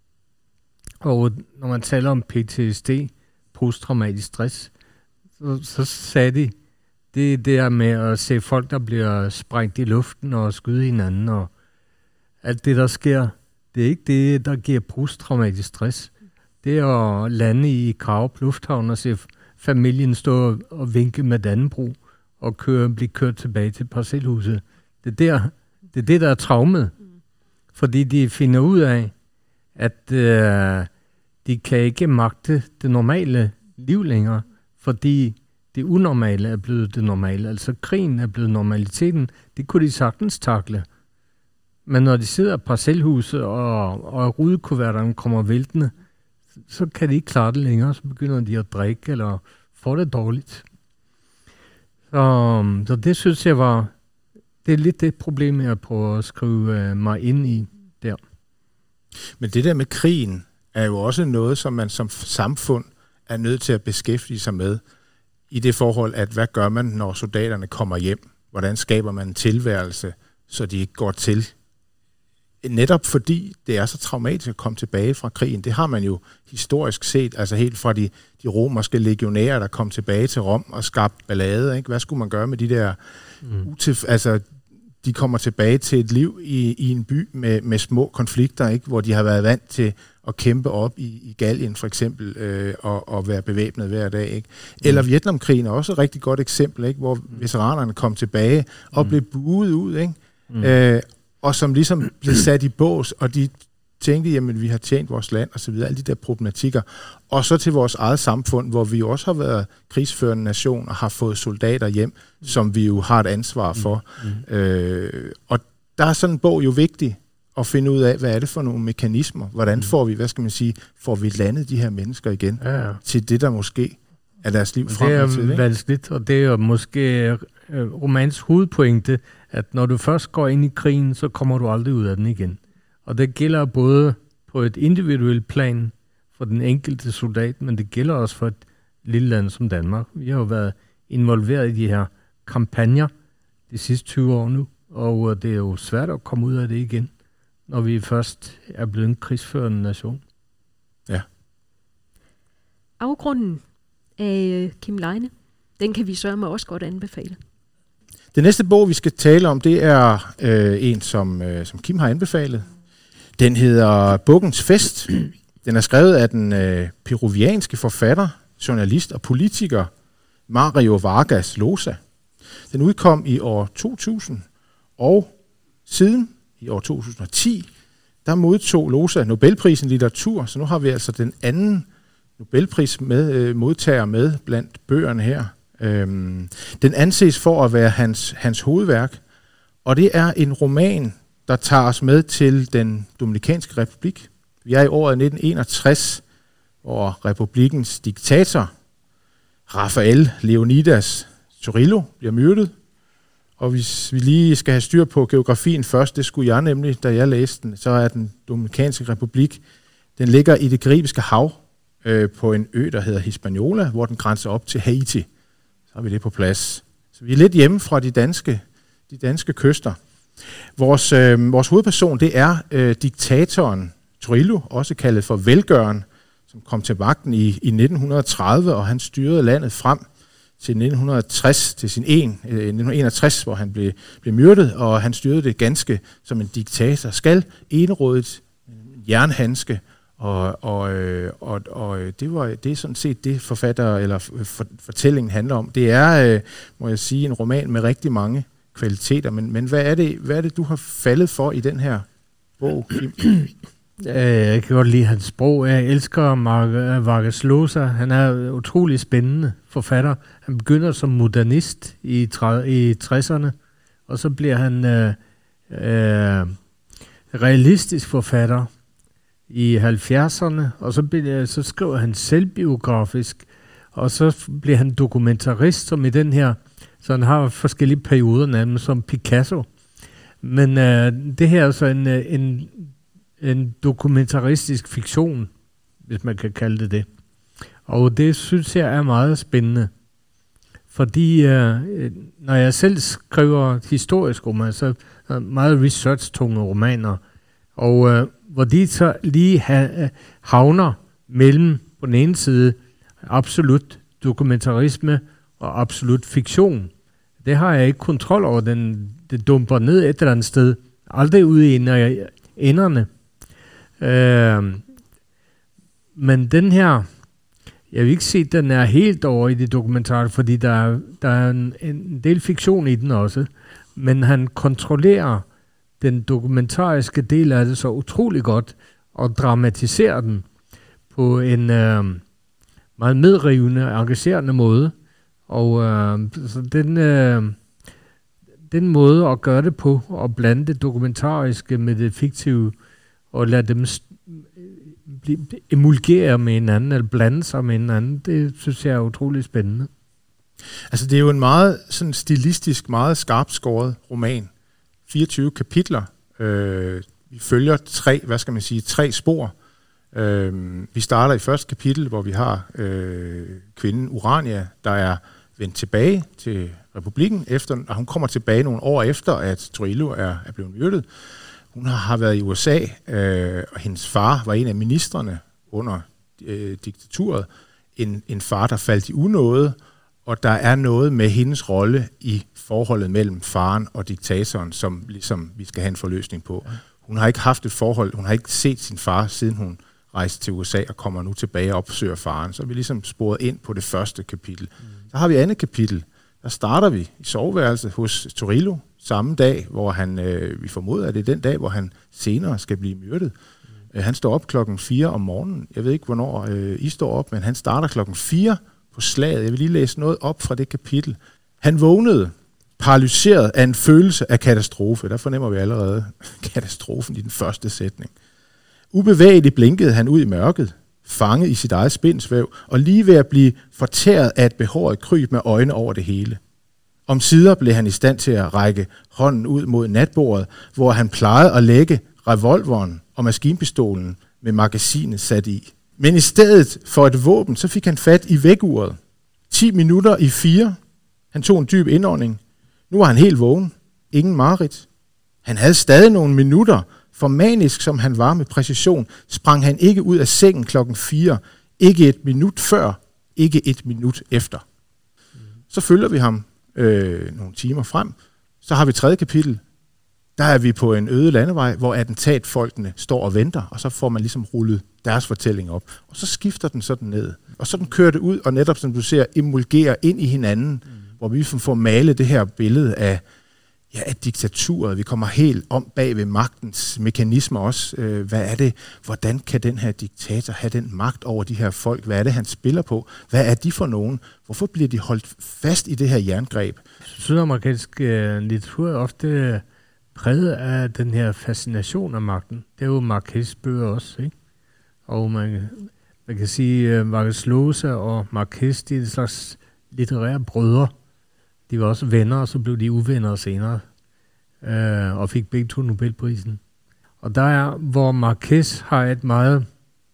Og når man taler om PTSD, posttraumatisk stress, så sagde de, det der med at se folk, der bliver sprængt i luften og skyde hinanden, og alt det, der sker, det er ikke det, der giver posttraumatisk stress. Det er at lande i Karup Lufthavn og se familien stå og vinke med Dannebro og blive kørt tilbage til parcelhuset. Det er det, der er traumet. Fordi de finder ud af, at de kan ikke magte det normale liv længere, fordi det unormale er blevet det normale. Altså krigen er blevet normaliteten. Det kunne de sagtens takle. Men når de sidder i parcelhuset, og rudekuverterne kommer væltende, så kan de ikke klare det længere. Så begynder de at drikke eller få det dårligt. Så det synes jeg var... Det er lidt det problem, jeg prøver at skrive mig ind i der. Men det der med krigen er jo også noget, som man som samfund er nødt til at beskæftige sig med i det forhold, at hvad gør man, når soldaterne kommer hjem? Hvordan skaber man en tilværelse, så de ikke går til? Netop fordi det er så traumatisk at komme tilbage fra krigen. Det har man jo historisk set, altså helt fra de romerske legionærer, der kom tilbage til Rom og skabte ballade. Ikke? Hvad skulle man gøre med de der... Altså, de kommer tilbage til et liv i en by med små konflikter, ikke? Hvor de har været vant til at kæmpe op i Gallien for eksempel, og være bevæbnet hver dag. Ikke? Eller Vietnamkrigen er også et rigtig godt eksempel, ikke? Hvor veteranerne kom tilbage og blev buet ud, ikke? Og som ligesom blev sat i bås, og de tænkte, jamen vi har tjent vores land og så videre, alle de der problematikker. Og så til vores eget samfund, hvor vi også har været krigsførende nation og har fået soldater hjem, som vi jo har et ansvar for. Og der er sådan en bog jo vigtig at finde ud af, hvad er det for nogle mekanismer? Hvordan får vi, får vi landet de her mennesker igen til det, der måske er deres liv frem til? Det er vanskeligt, og det er jo måske romans hovedpointe, at når du først går ind i krigen, så kommer du aldrig ud af den igen. Og det gælder både på et individuelt plan for den enkelte soldat, men det gælder også for et lille land som Danmark. Vi har jo været involveret i de her kampagner de sidste 20 år nu, og det er jo svært at komme ud af det igen, når vi først er blevet en krigsførende nation. Ja. Afgrunden af Kim Leine, den kan vi sørme også godt anbefale. Det næste bog, vi skal tale om, det er en, som Kim har anbefalet. Den hedder Bukkens Fest. Den er skrevet af den peruvianske forfatter, journalist og politiker Mario Vargas Llosa. Den udkom i år 2000, og siden i år 2010, der modtog Llosa Nobelprisen i litteratur, så nu har vi altså den anden Nobelpris modtager med blandt bøgerne her. Den anses for at være hans hovedværk, og det er en roman, der tager os med til den Dominikanske Republik. Vi er i året 1961, hvor republikkens diktator, Rafael Leonidas Trujillo, bliver myrdet. Og hvis vi lige skal have styr på geografien først, det skulle jeg nemlig, da jeg læste den, så er den Dominikanske Republik, den ligger i det Caribiske hav på en ø, der hedder Hispaniola, hvor den grænser op til Haiti. Så har vi det på plads. Så vi er lidt hjemme fra de danske kyster. Vores hovedperson, det er diktatoren Trujillo, også kaldet for velgøren, som kom til magten i 1930, og han styrede landet frem til 1960, til 1961, hvor han blev myrdet, og han styrede det ganske som en diktator. Skal enerådigt, jernhandske, og det er sådan set det fortællingen handler om. Det er, må jeg sige, en roman med rigtig mange kvaliteter, men hvad er det, du har faldet for i den her bog, Kim? Jeg kan godt lide hans sprog. Jeg elsker Vargas Llosa. Han er utrolig spændende forfatter. Han begynder som modernist i 60'erne, og så bliver han realistisk forfatter i 70'erne, og så skriver han selvbiografisk, og så bliver han dokumentarist, som i den her, så han har forskellige perioder nærmest som Picasso. Men det her er så en dokumentaristisk fiktion, hvis man kan kalde det. Og det synes jeg er meget spændende. Fordi når jeg selv skriver historiske romaner, så er meget research-tunge romaner, og hvor de så lige havner mellem på den ene side absolut dokumentarisme og absolut fiktion. Det har jeg ikke kontrol over. Det dumper ned et eller andet sted. Aldrig ude i enderne. Men den her, jeg vil ikke sige, at den er helt over i det dokumentare, fordi der er en del fiktion i den også. Men han kontrollerer den dokumentariske del af det så utrolig godt, og dramatiserer den på en meget medrivende og engagerende måde. Og så den måde at gøre det på, og blande det dokumentariske med det fiktive, og lade dem emulgere med hinanden, eller blande sig med hinanden, det synes jeg er utrolig spændende. Altså, det er jo en meget sådan stilistisk, meget skarpt skåret roman. 24 kapitler. Vi følger tre spor. Vi starter i første kapitel, hvor vi har kvinden Urania, der er vendt tilbage til republikken, og hun kommer tilbage nogle år efter, at Trujillo er blevet myrdet. Hun har været i USA, og hendes far var en af ministrene under diktaturet. En far, der faldt i unåde, og der er noget med hendes rolle i forholdet mellem faren og diktatoren, som ligesom vi skal have en forløsning på. Hun har ikke haft et forhold, hun har ikke set sin far, siden hun rejste til USA og kommer nu tilbage og opsøger faren. Så er vi ligesom sporet ind på det første kapitel. Så har vi andet kapitel. Der starter vi i soveværelset hos Trujillo samme dag, hvor vi formoder, at det er den dag, hvor han senere skal blive myrdet. Han står op 4:00 om morgenen. Jeg ved ikke, hvornår I står op, men han starter 4:00 på slaget. Jeg vil lige læse noget op fra det kapitel. Han vågnede paralyseret af en følelse af katastrofe. Der fornemmer vi allerede katastrofen i den første sætning. Ubevægeligt blinkede han ud i mørket, fanget i sit eget spindsvæv, og lige ved at blive fortæret af et behåret kryb med øjne over det hele. Omsider blev han i stand til at række hånden ud mod natbordet, hvor han plejede at lægge revolveren og maskinpistolen med magasinet sat i. Men i stedet for et våben, så fik han fat i vækkeuret. 4:10. Han tog en dyb indånding. Nu var han helt vågen. Ingen mareridt. Han havde stadig nogle minutter. For manisk som han var med præcision, sprang han ikke ud af sengen 4:00. Ikke et minut før, ikke et minut efter. Så følger vi ham nogle timer frem. Så har vi tredje kapitel. Der er vi på en øde landevej, hvor attentatfolkene står og venter, og så får man ligesom rullet deres fortælling op. Og så skifter den sådan ned. Og så den kører det ud, og netop som du ser, emulgerer ind i hinanden, hvor vi ligesom får malet det her billede af diktaturet. Vi kommer helt om bag ved magtens mekanismer også. Hvad er det? Hvordan kan den her diktator have den magt over de her folk? Hvad er det, han spiller på? Hvad er de for nogen? Hvorfor bliver de holdt fast i det her jerngreb? Sydamerikansk litteratur er ofte præget af den her fascination af magten. Det er jo Marquez bøger også, ikke? Og man kan sige, Vargas Llosa og Marquez, de er en slags litterære brødre. De var også venner, og så blev de uvenner senere, og fik begge to Nobelprisen. Og der er, hvor Marquez har et meget,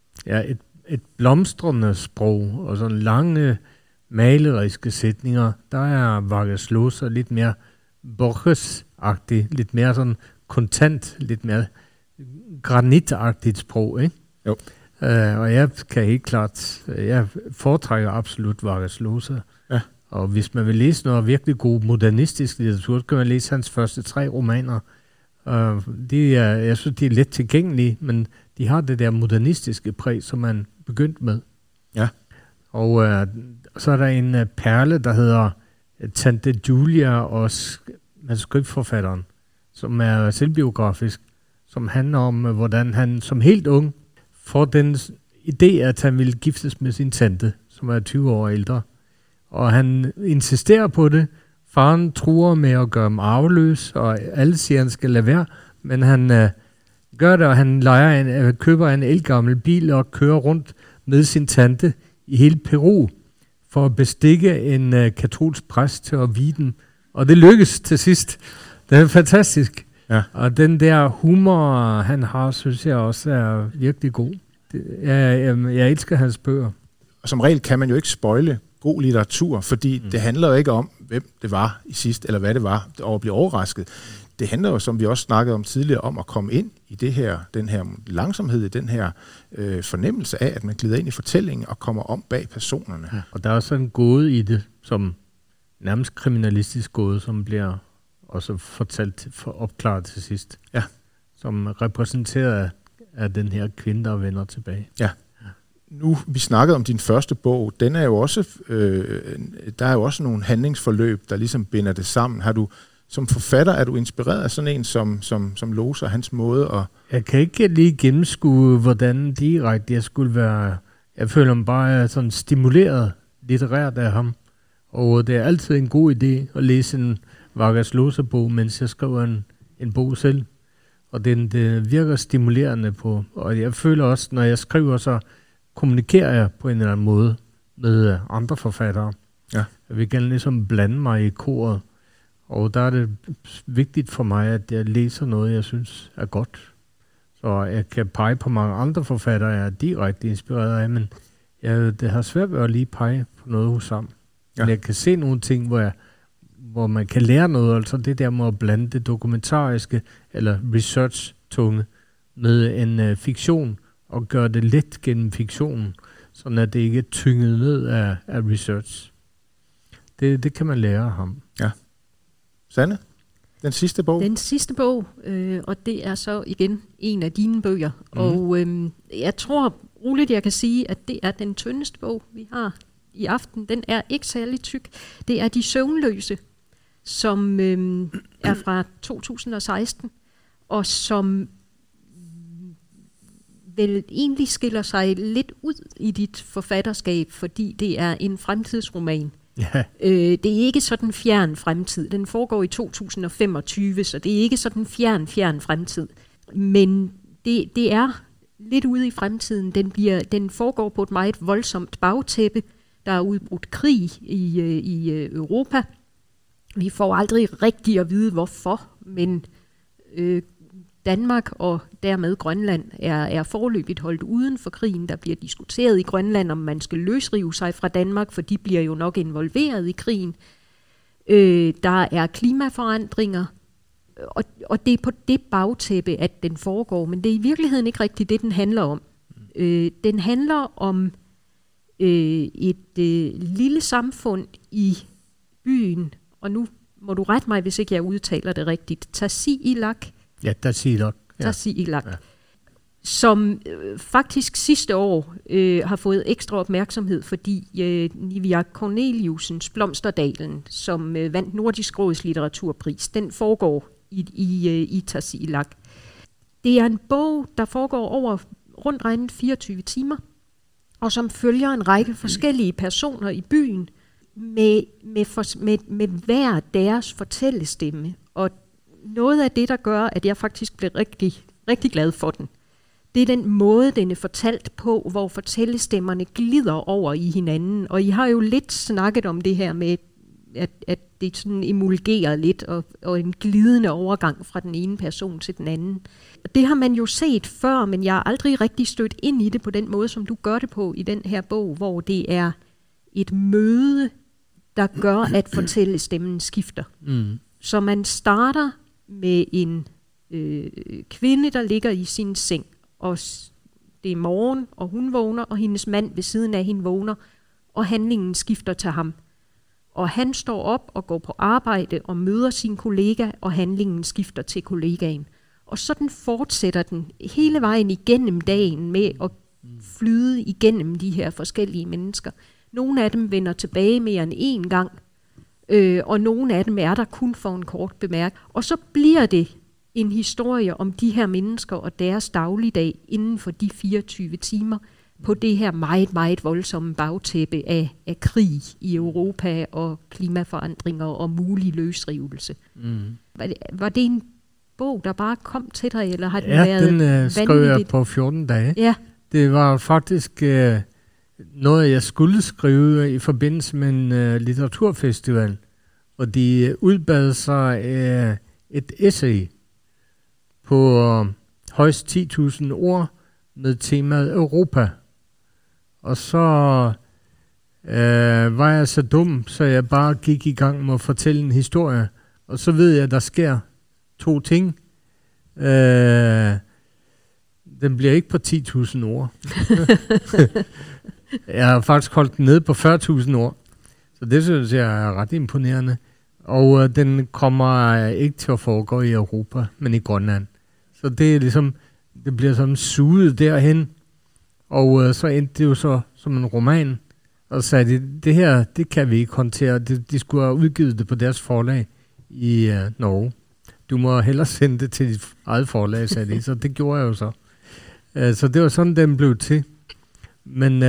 et blomstrende sprog, og sådan lange maleriske sætninger, der er Vargas Llosa lidt mere Borges-agtig, lidt mere sådan kontant, lidt mere granitagtigt sprog, ikke? Jo. Og jeg kan helt klart, jeg foretrækker absolut Vargas Llosa. Ja. Og hvis man vil læse noget virkelig god modernistisk litteratur, så kan man læse hans første 3 romaner. Jeg synes, de er let tilgængelige, men de har det der modernistiske præg, som man begyndte med. Ja. Og så er der en perle, der hedder Tante Julia og manuskriptforfatteren, som er selvbiografisk, som handler om, hvordan han som helt ung får den idé, at han vil giftes med sin tante, som er 20 år ældre. Og han insisterer på det. Faren truer med at gøre ham arveløs, og alle siger, at han skal lade være. Men han gør det, og han køber en ældgammel bil og kører rundt med sin tante i hele Peru for at bestikke en katolsk præst til at vie dem. Og det lykkes til sidst. Det er fantastisk. Ja. Og den der humor, han har, synes jeg også er virkelig god. Jeg elsker hans bøger. Og som regel kan man jo ikke spoile god litteratur, fordi det handler jo ikke om, hvem det var i sidst, eller hvad det var, og at blive overrasket. Det handler jo, som vi også snakkede om tidligere, om at komme ind i den her langsomhed, i den her fornemmelse af, at man glider ind i fortællingen og kommer om bag personerne. Ja. Og der er også en gåde i det, som nærmest kriminalistisk gåde, som bliver også fortalt for opklaret til sidst. Ja. Som repræsenteret af den her kvinde, der vender tilbage. Ja. Nu, vi snakkede om din første bog, den er jo også, der er jo også nogle handlingsforløb, der ligesom binder det sammen. Har du, som forfatter, er du inspireret af sådan en som Llosa, hans måde at... Jeg kan ikke lige gennemskue, hvordan direkte jeg skulle være. Jeg føler mig bare sådan stimuleret litterært af ham. Og det er altid en god idé at læse en Vargas Llosa-bog, mens jeg skriver en bog selv. Og det virker stimulerende på. Og jeg føler også, når jeg skriver, så kommunikerer jeg på en eller anden måde med andre forfattere. Ja. Jeg vil gerne ligesom blande mig i koret. Og der er det vigtigt for mig, at jeg læser noget, jeg synes er godt. Så jeg kan pege på mange andre forfattere, jeg er direkte inspireret af, men det har svært ved at lige pege på noget hos ham. Ja. Men jeg kan se nogle ting, hvor man kan lære noget, altså det der med at blande det dokumentariske eller research-tunge med en fiktion, og gøre det let gennem fiktionen, sådan at det ikke er tynget ned af research. Det kan man lære af ham. Ja. Sanne, den sidste bog? Den sidste bog, og det er så igen en af dine bøger. Og jeg tror roligt, jeg kan sige, at det er den tyndeste bog, vi har i aften. Den er ikke særlig tyk. Det er De Søvnløse, som er fra 2016, og som vel egentlig skiller sig lidt ud i dit forfatterskab, fordi det er en fremtidsroman. Ja. Det er ikke sådan fjern fremtid. Den foregår i 2025, så det er ikke sådan fjern fremtid. Men det er lidt ude i fremtiden. Den foregår på et meget voldsomt bagtæppe. Der er udbrudt krig i Europa. Vi får aldrig rigtig at vide, hvorfor, men Danmark og dermed Grønland er foreløbigt holdt uden for krigen. Der bliver diskuteret i Grønland, om man skal løsrive sig fra Danmark, for de bliver jo nok involveret i krigen. Der er klimaforandringer, og det er på det bagtæppe, at den foregår. Men det er i virkeligheden ikke rigtigt det, den handler om. Den handler om et lille samfund i byen, og nu må du rette mig, hvis ikke jeg udtaler det rigtigt, Tasiilaq. Ja, Tasiilaq. Tasiilaq. Ja. Som faktisk sidste år har fået ekstra opmærksomhed, fordi Nivia Corneliussens Blomsterdalen, som vandt Nordisk Råds litteraturpris, den foregår i Tasiilaq. Det er en bog, der foregår over rundt regnet 24 timer, og som følger en række forskellige personer i byen med hver deres fortællestemme. Og noget af det, der gør, at jeg faktisk blev rigtig, rigtig glad for den, det er den måde, den er fortalt på, hvor fortællestemmerne glider over i hinanden. Og I har jo lidt snakket om det her med, at det sådan emulgerer lidt, og en glidende overgang fra den ene person til den anden. Det har man jo set før, men jeg har aldrig rigtig stødt ind i det på den måde, som du gør det på i den her bog, hvor det er et møde, der gør, at fortællestemmen skifter. Så man starter med en kvinde, der ligger i sin seng, og det er morgen, og hun vågner, og hendes mand ved siden af hende vågner, og handlingen skifter til ham. Og han står op og går på arbejde og møder sin kollega, og handlingen skifter til kollegaen. Og sådan fortsætter den hele vejen igennem dagen med at flyde igennem de her forskellige mennesker. Nogle af dem vender tilbage mere end én gang, og nogle af dem er der kun for en kort bemærk. Og så bliver det en historie om de her mennesker og deres dagligdag inden for de 24 timer på det her meget, meget voldsomme bagtæppe af krig i Europa og klimaforandringer og mulig løsrivelse. Var det en bog, der bare kom til dig, eller har den været vanvittigt? Ja, den skrev jeg på 14 dage. Ja. Det var faktisk noget, jeg skulle skrive i forbindelse med en litteraturfestival, hvor de udbad sig et essay på højst 10.000 ord med temaet Europa. Og så var jeg så dum, så jeg bare gik i gang med at fortælle en historie. Og så ved jeg, at der sker 2 ting. Den bliver ikke på 10.000 ord. Jeg har faktisk holdt den ned på 40.000 ord. Så det synes jeg er ret imponerende. Og den kommer ikke til at foregå i Europa, men i Grønland. Så det er ligesom, det bliver sådan suget derhen. Og så endte det jo så som en roman. Og så sagde de, det her, det kan vi ikke håndtere. De skulle have udgivet det på deres forlag i Norge. Du må hellere sende det til dit eget forlag, sagde de. Så det gjorde jeg jo så. Så det var sådan, den blev til. Men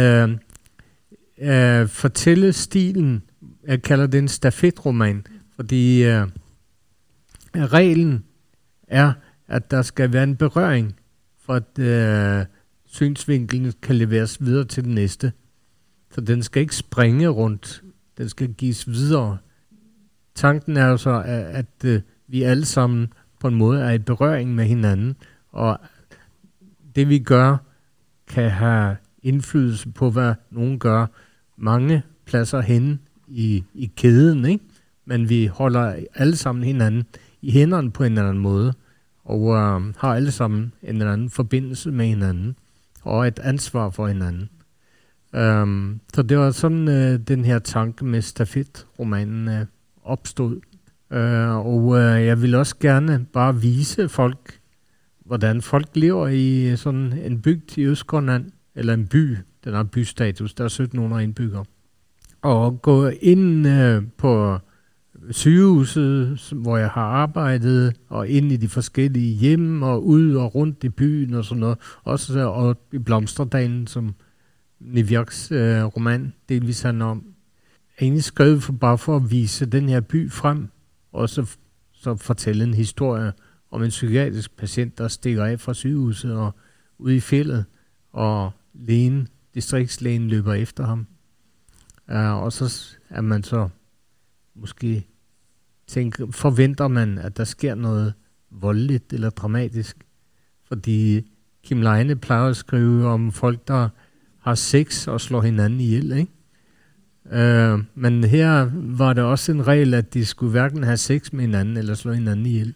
fortællestilen, jeg kalder det en stafetroman, fordi reglen er, at der skal være en berøring, for at synsvinklen kan leveres videre til den næste. Så den skal ikke springe rundt Den skal gives videre. Tanken er jo så, at vi alle sammen på en måde er i berøring med hinanden, og det vi gør, kan have indflydelse på, hvad nogen gør mange pladser henne i kæden, ikke? Men vi holder alle sammen hinanden i hænderne på en eller anden måde, og har alle sammen en eller anden forbindelse med hinanden, og et ansvar for hinanden. Så det var sådan, den her tanke med stafetromanen opstod. Og jeg vil også gerne bare vise folk, hvordan folk lever i sådan en bygd i Østgrønland, eller en by, den har bystatus, der er 1700 indbyggere. Og gå ind på sygehuset, hvor jeg har arbejdet, og ind i de forskellige hjem, og ud og rundt i byen og sådan noget. Også og i Blomsterdalen, som Niviaks roman delvis handler om. Jeg er egentlig skrevet bare for at vise den her by frem, og så fortælle en historie om en psykiatrisk patient, der stikker af fra sygehuset og ude i fjeldet, og distriktslægen løber efter ham. Og så er man så måske forventer man, at der sker noget voldeligt eller dramatisk. Fordi Kim Leine plejer at skrive om folk, der har sex og slår hinanden ihjel, ikke? Men her var det også en regel, at de skulle hverken have sex med hinanden eller slå hinanden ihjel.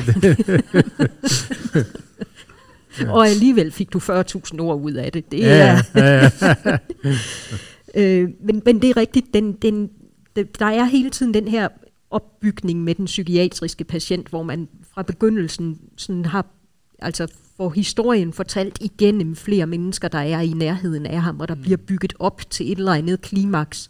Og alligevel fik du 40.000 ord ud af det. Det er... Men det er rigtigt, der er hele tiden den her opbygning med den psykiatriske patient, hvor man fra begyndelsen sådan har, altså får historien fortalt igennem flere mennesker, der er i nærheden af ham, og der bliver bygget op til et eller andet klimaks,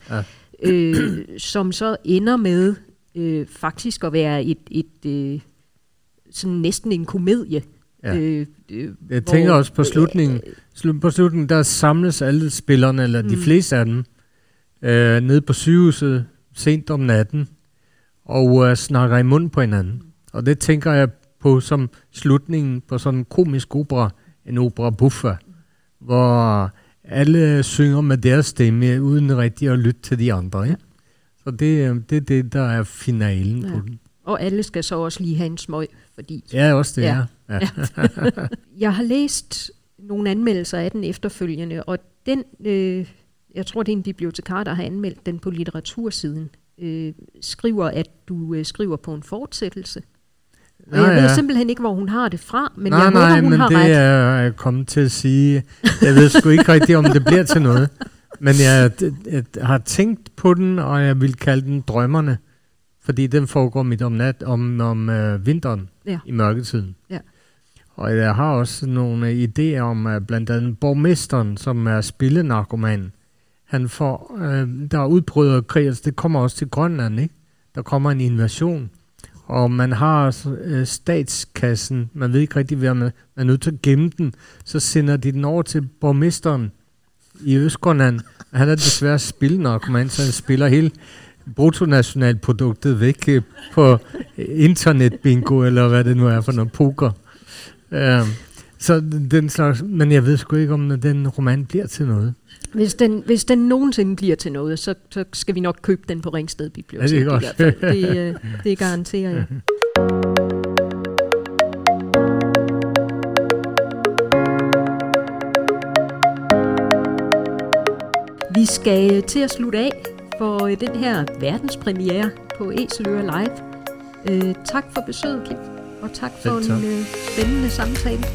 som så ender med faktisk at være et sådan næsten en komedie. Ja. Jeg tænker også på slutningen. På slutningen, der samles alle spillerne, eller de fleste af dem, nede på sygehuset sent om natten, og snakker i munden på hinanden. Og det tænker jeg på som slutningen på sådan en komisk opera, en opera buffa, hvor alle synger med deres stemme, uden rigtig at lytte til de andre. Ja? Så det er det, der er finalen på den. Og alle skal så også lige have en smøg, fordi... Ja, også det, ja. Jeg har læst nogle anmeldelser af den efterfølgende, og den, jeg tror, det er en bibliotekar, der har anmeldt den på litteratursiden, skriver, at du skriver på en fortsættelse. Og jeg ved simpelthen ikke, hvor hun har det fra, men jeg håber, hun har ret. Nej, men det er jeg kommet til at sige. Jeg ved sgu ikke rigtigt, om det bliver til noget. Men jeg har tænkt på den, og jeg vil kalde den Drømmerne, fordi den foregår midt om vinteren i mørketiden. Ja. Og jeg har også nogle idéer om blandt andet borgmesteren, som er spillenarkoman. Han får, der udbryder krig, altså det kommer også til Grønland, ikke? Der kommer en invasion, og man har statskassen, man ved ikke rigtig, hvad man er nødt til at gemme den, så sender de den over til borgmesteren i Østgrønland. Han er desværre spillenarkoman, så han spiller hele bruttonationalproduktet væk på internetbingo, eller hvad det nu er for noget poker. Så den slags, men jeg ved sgu ikke, om den roman bliver til noget. Hvis den nogensinde bliver til noget, så skal vi nok købe den på Ringsted Bibliotek. Ja, det er godt. I hvert fald. Det garanterer jeg. Vi skal til at slutte af for den her verdenspremiere på Æseløer Live. Tak for besøget, Kim, og tak for en spændende samtale.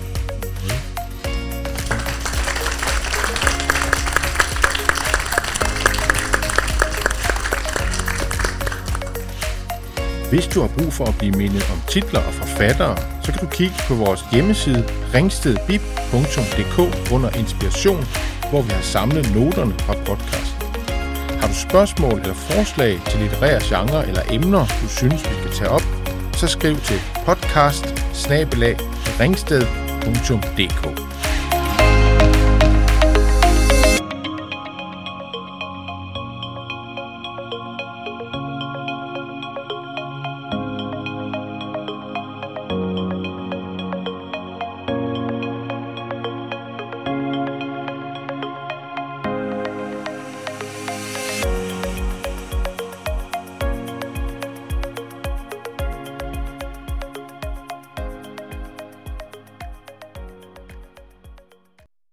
Hvis du har brug for at blive mindet om titler og forfattere, så kan du kigge på vores hjemmeside ringstedbib.dk under inspiration, hvor vi har samlet noterne fra podcasten. Har du spørgsmål eller forslag til litterære genre eller emner, du synes, vi skal tage op, så skriv til podcast@ringsted.dk.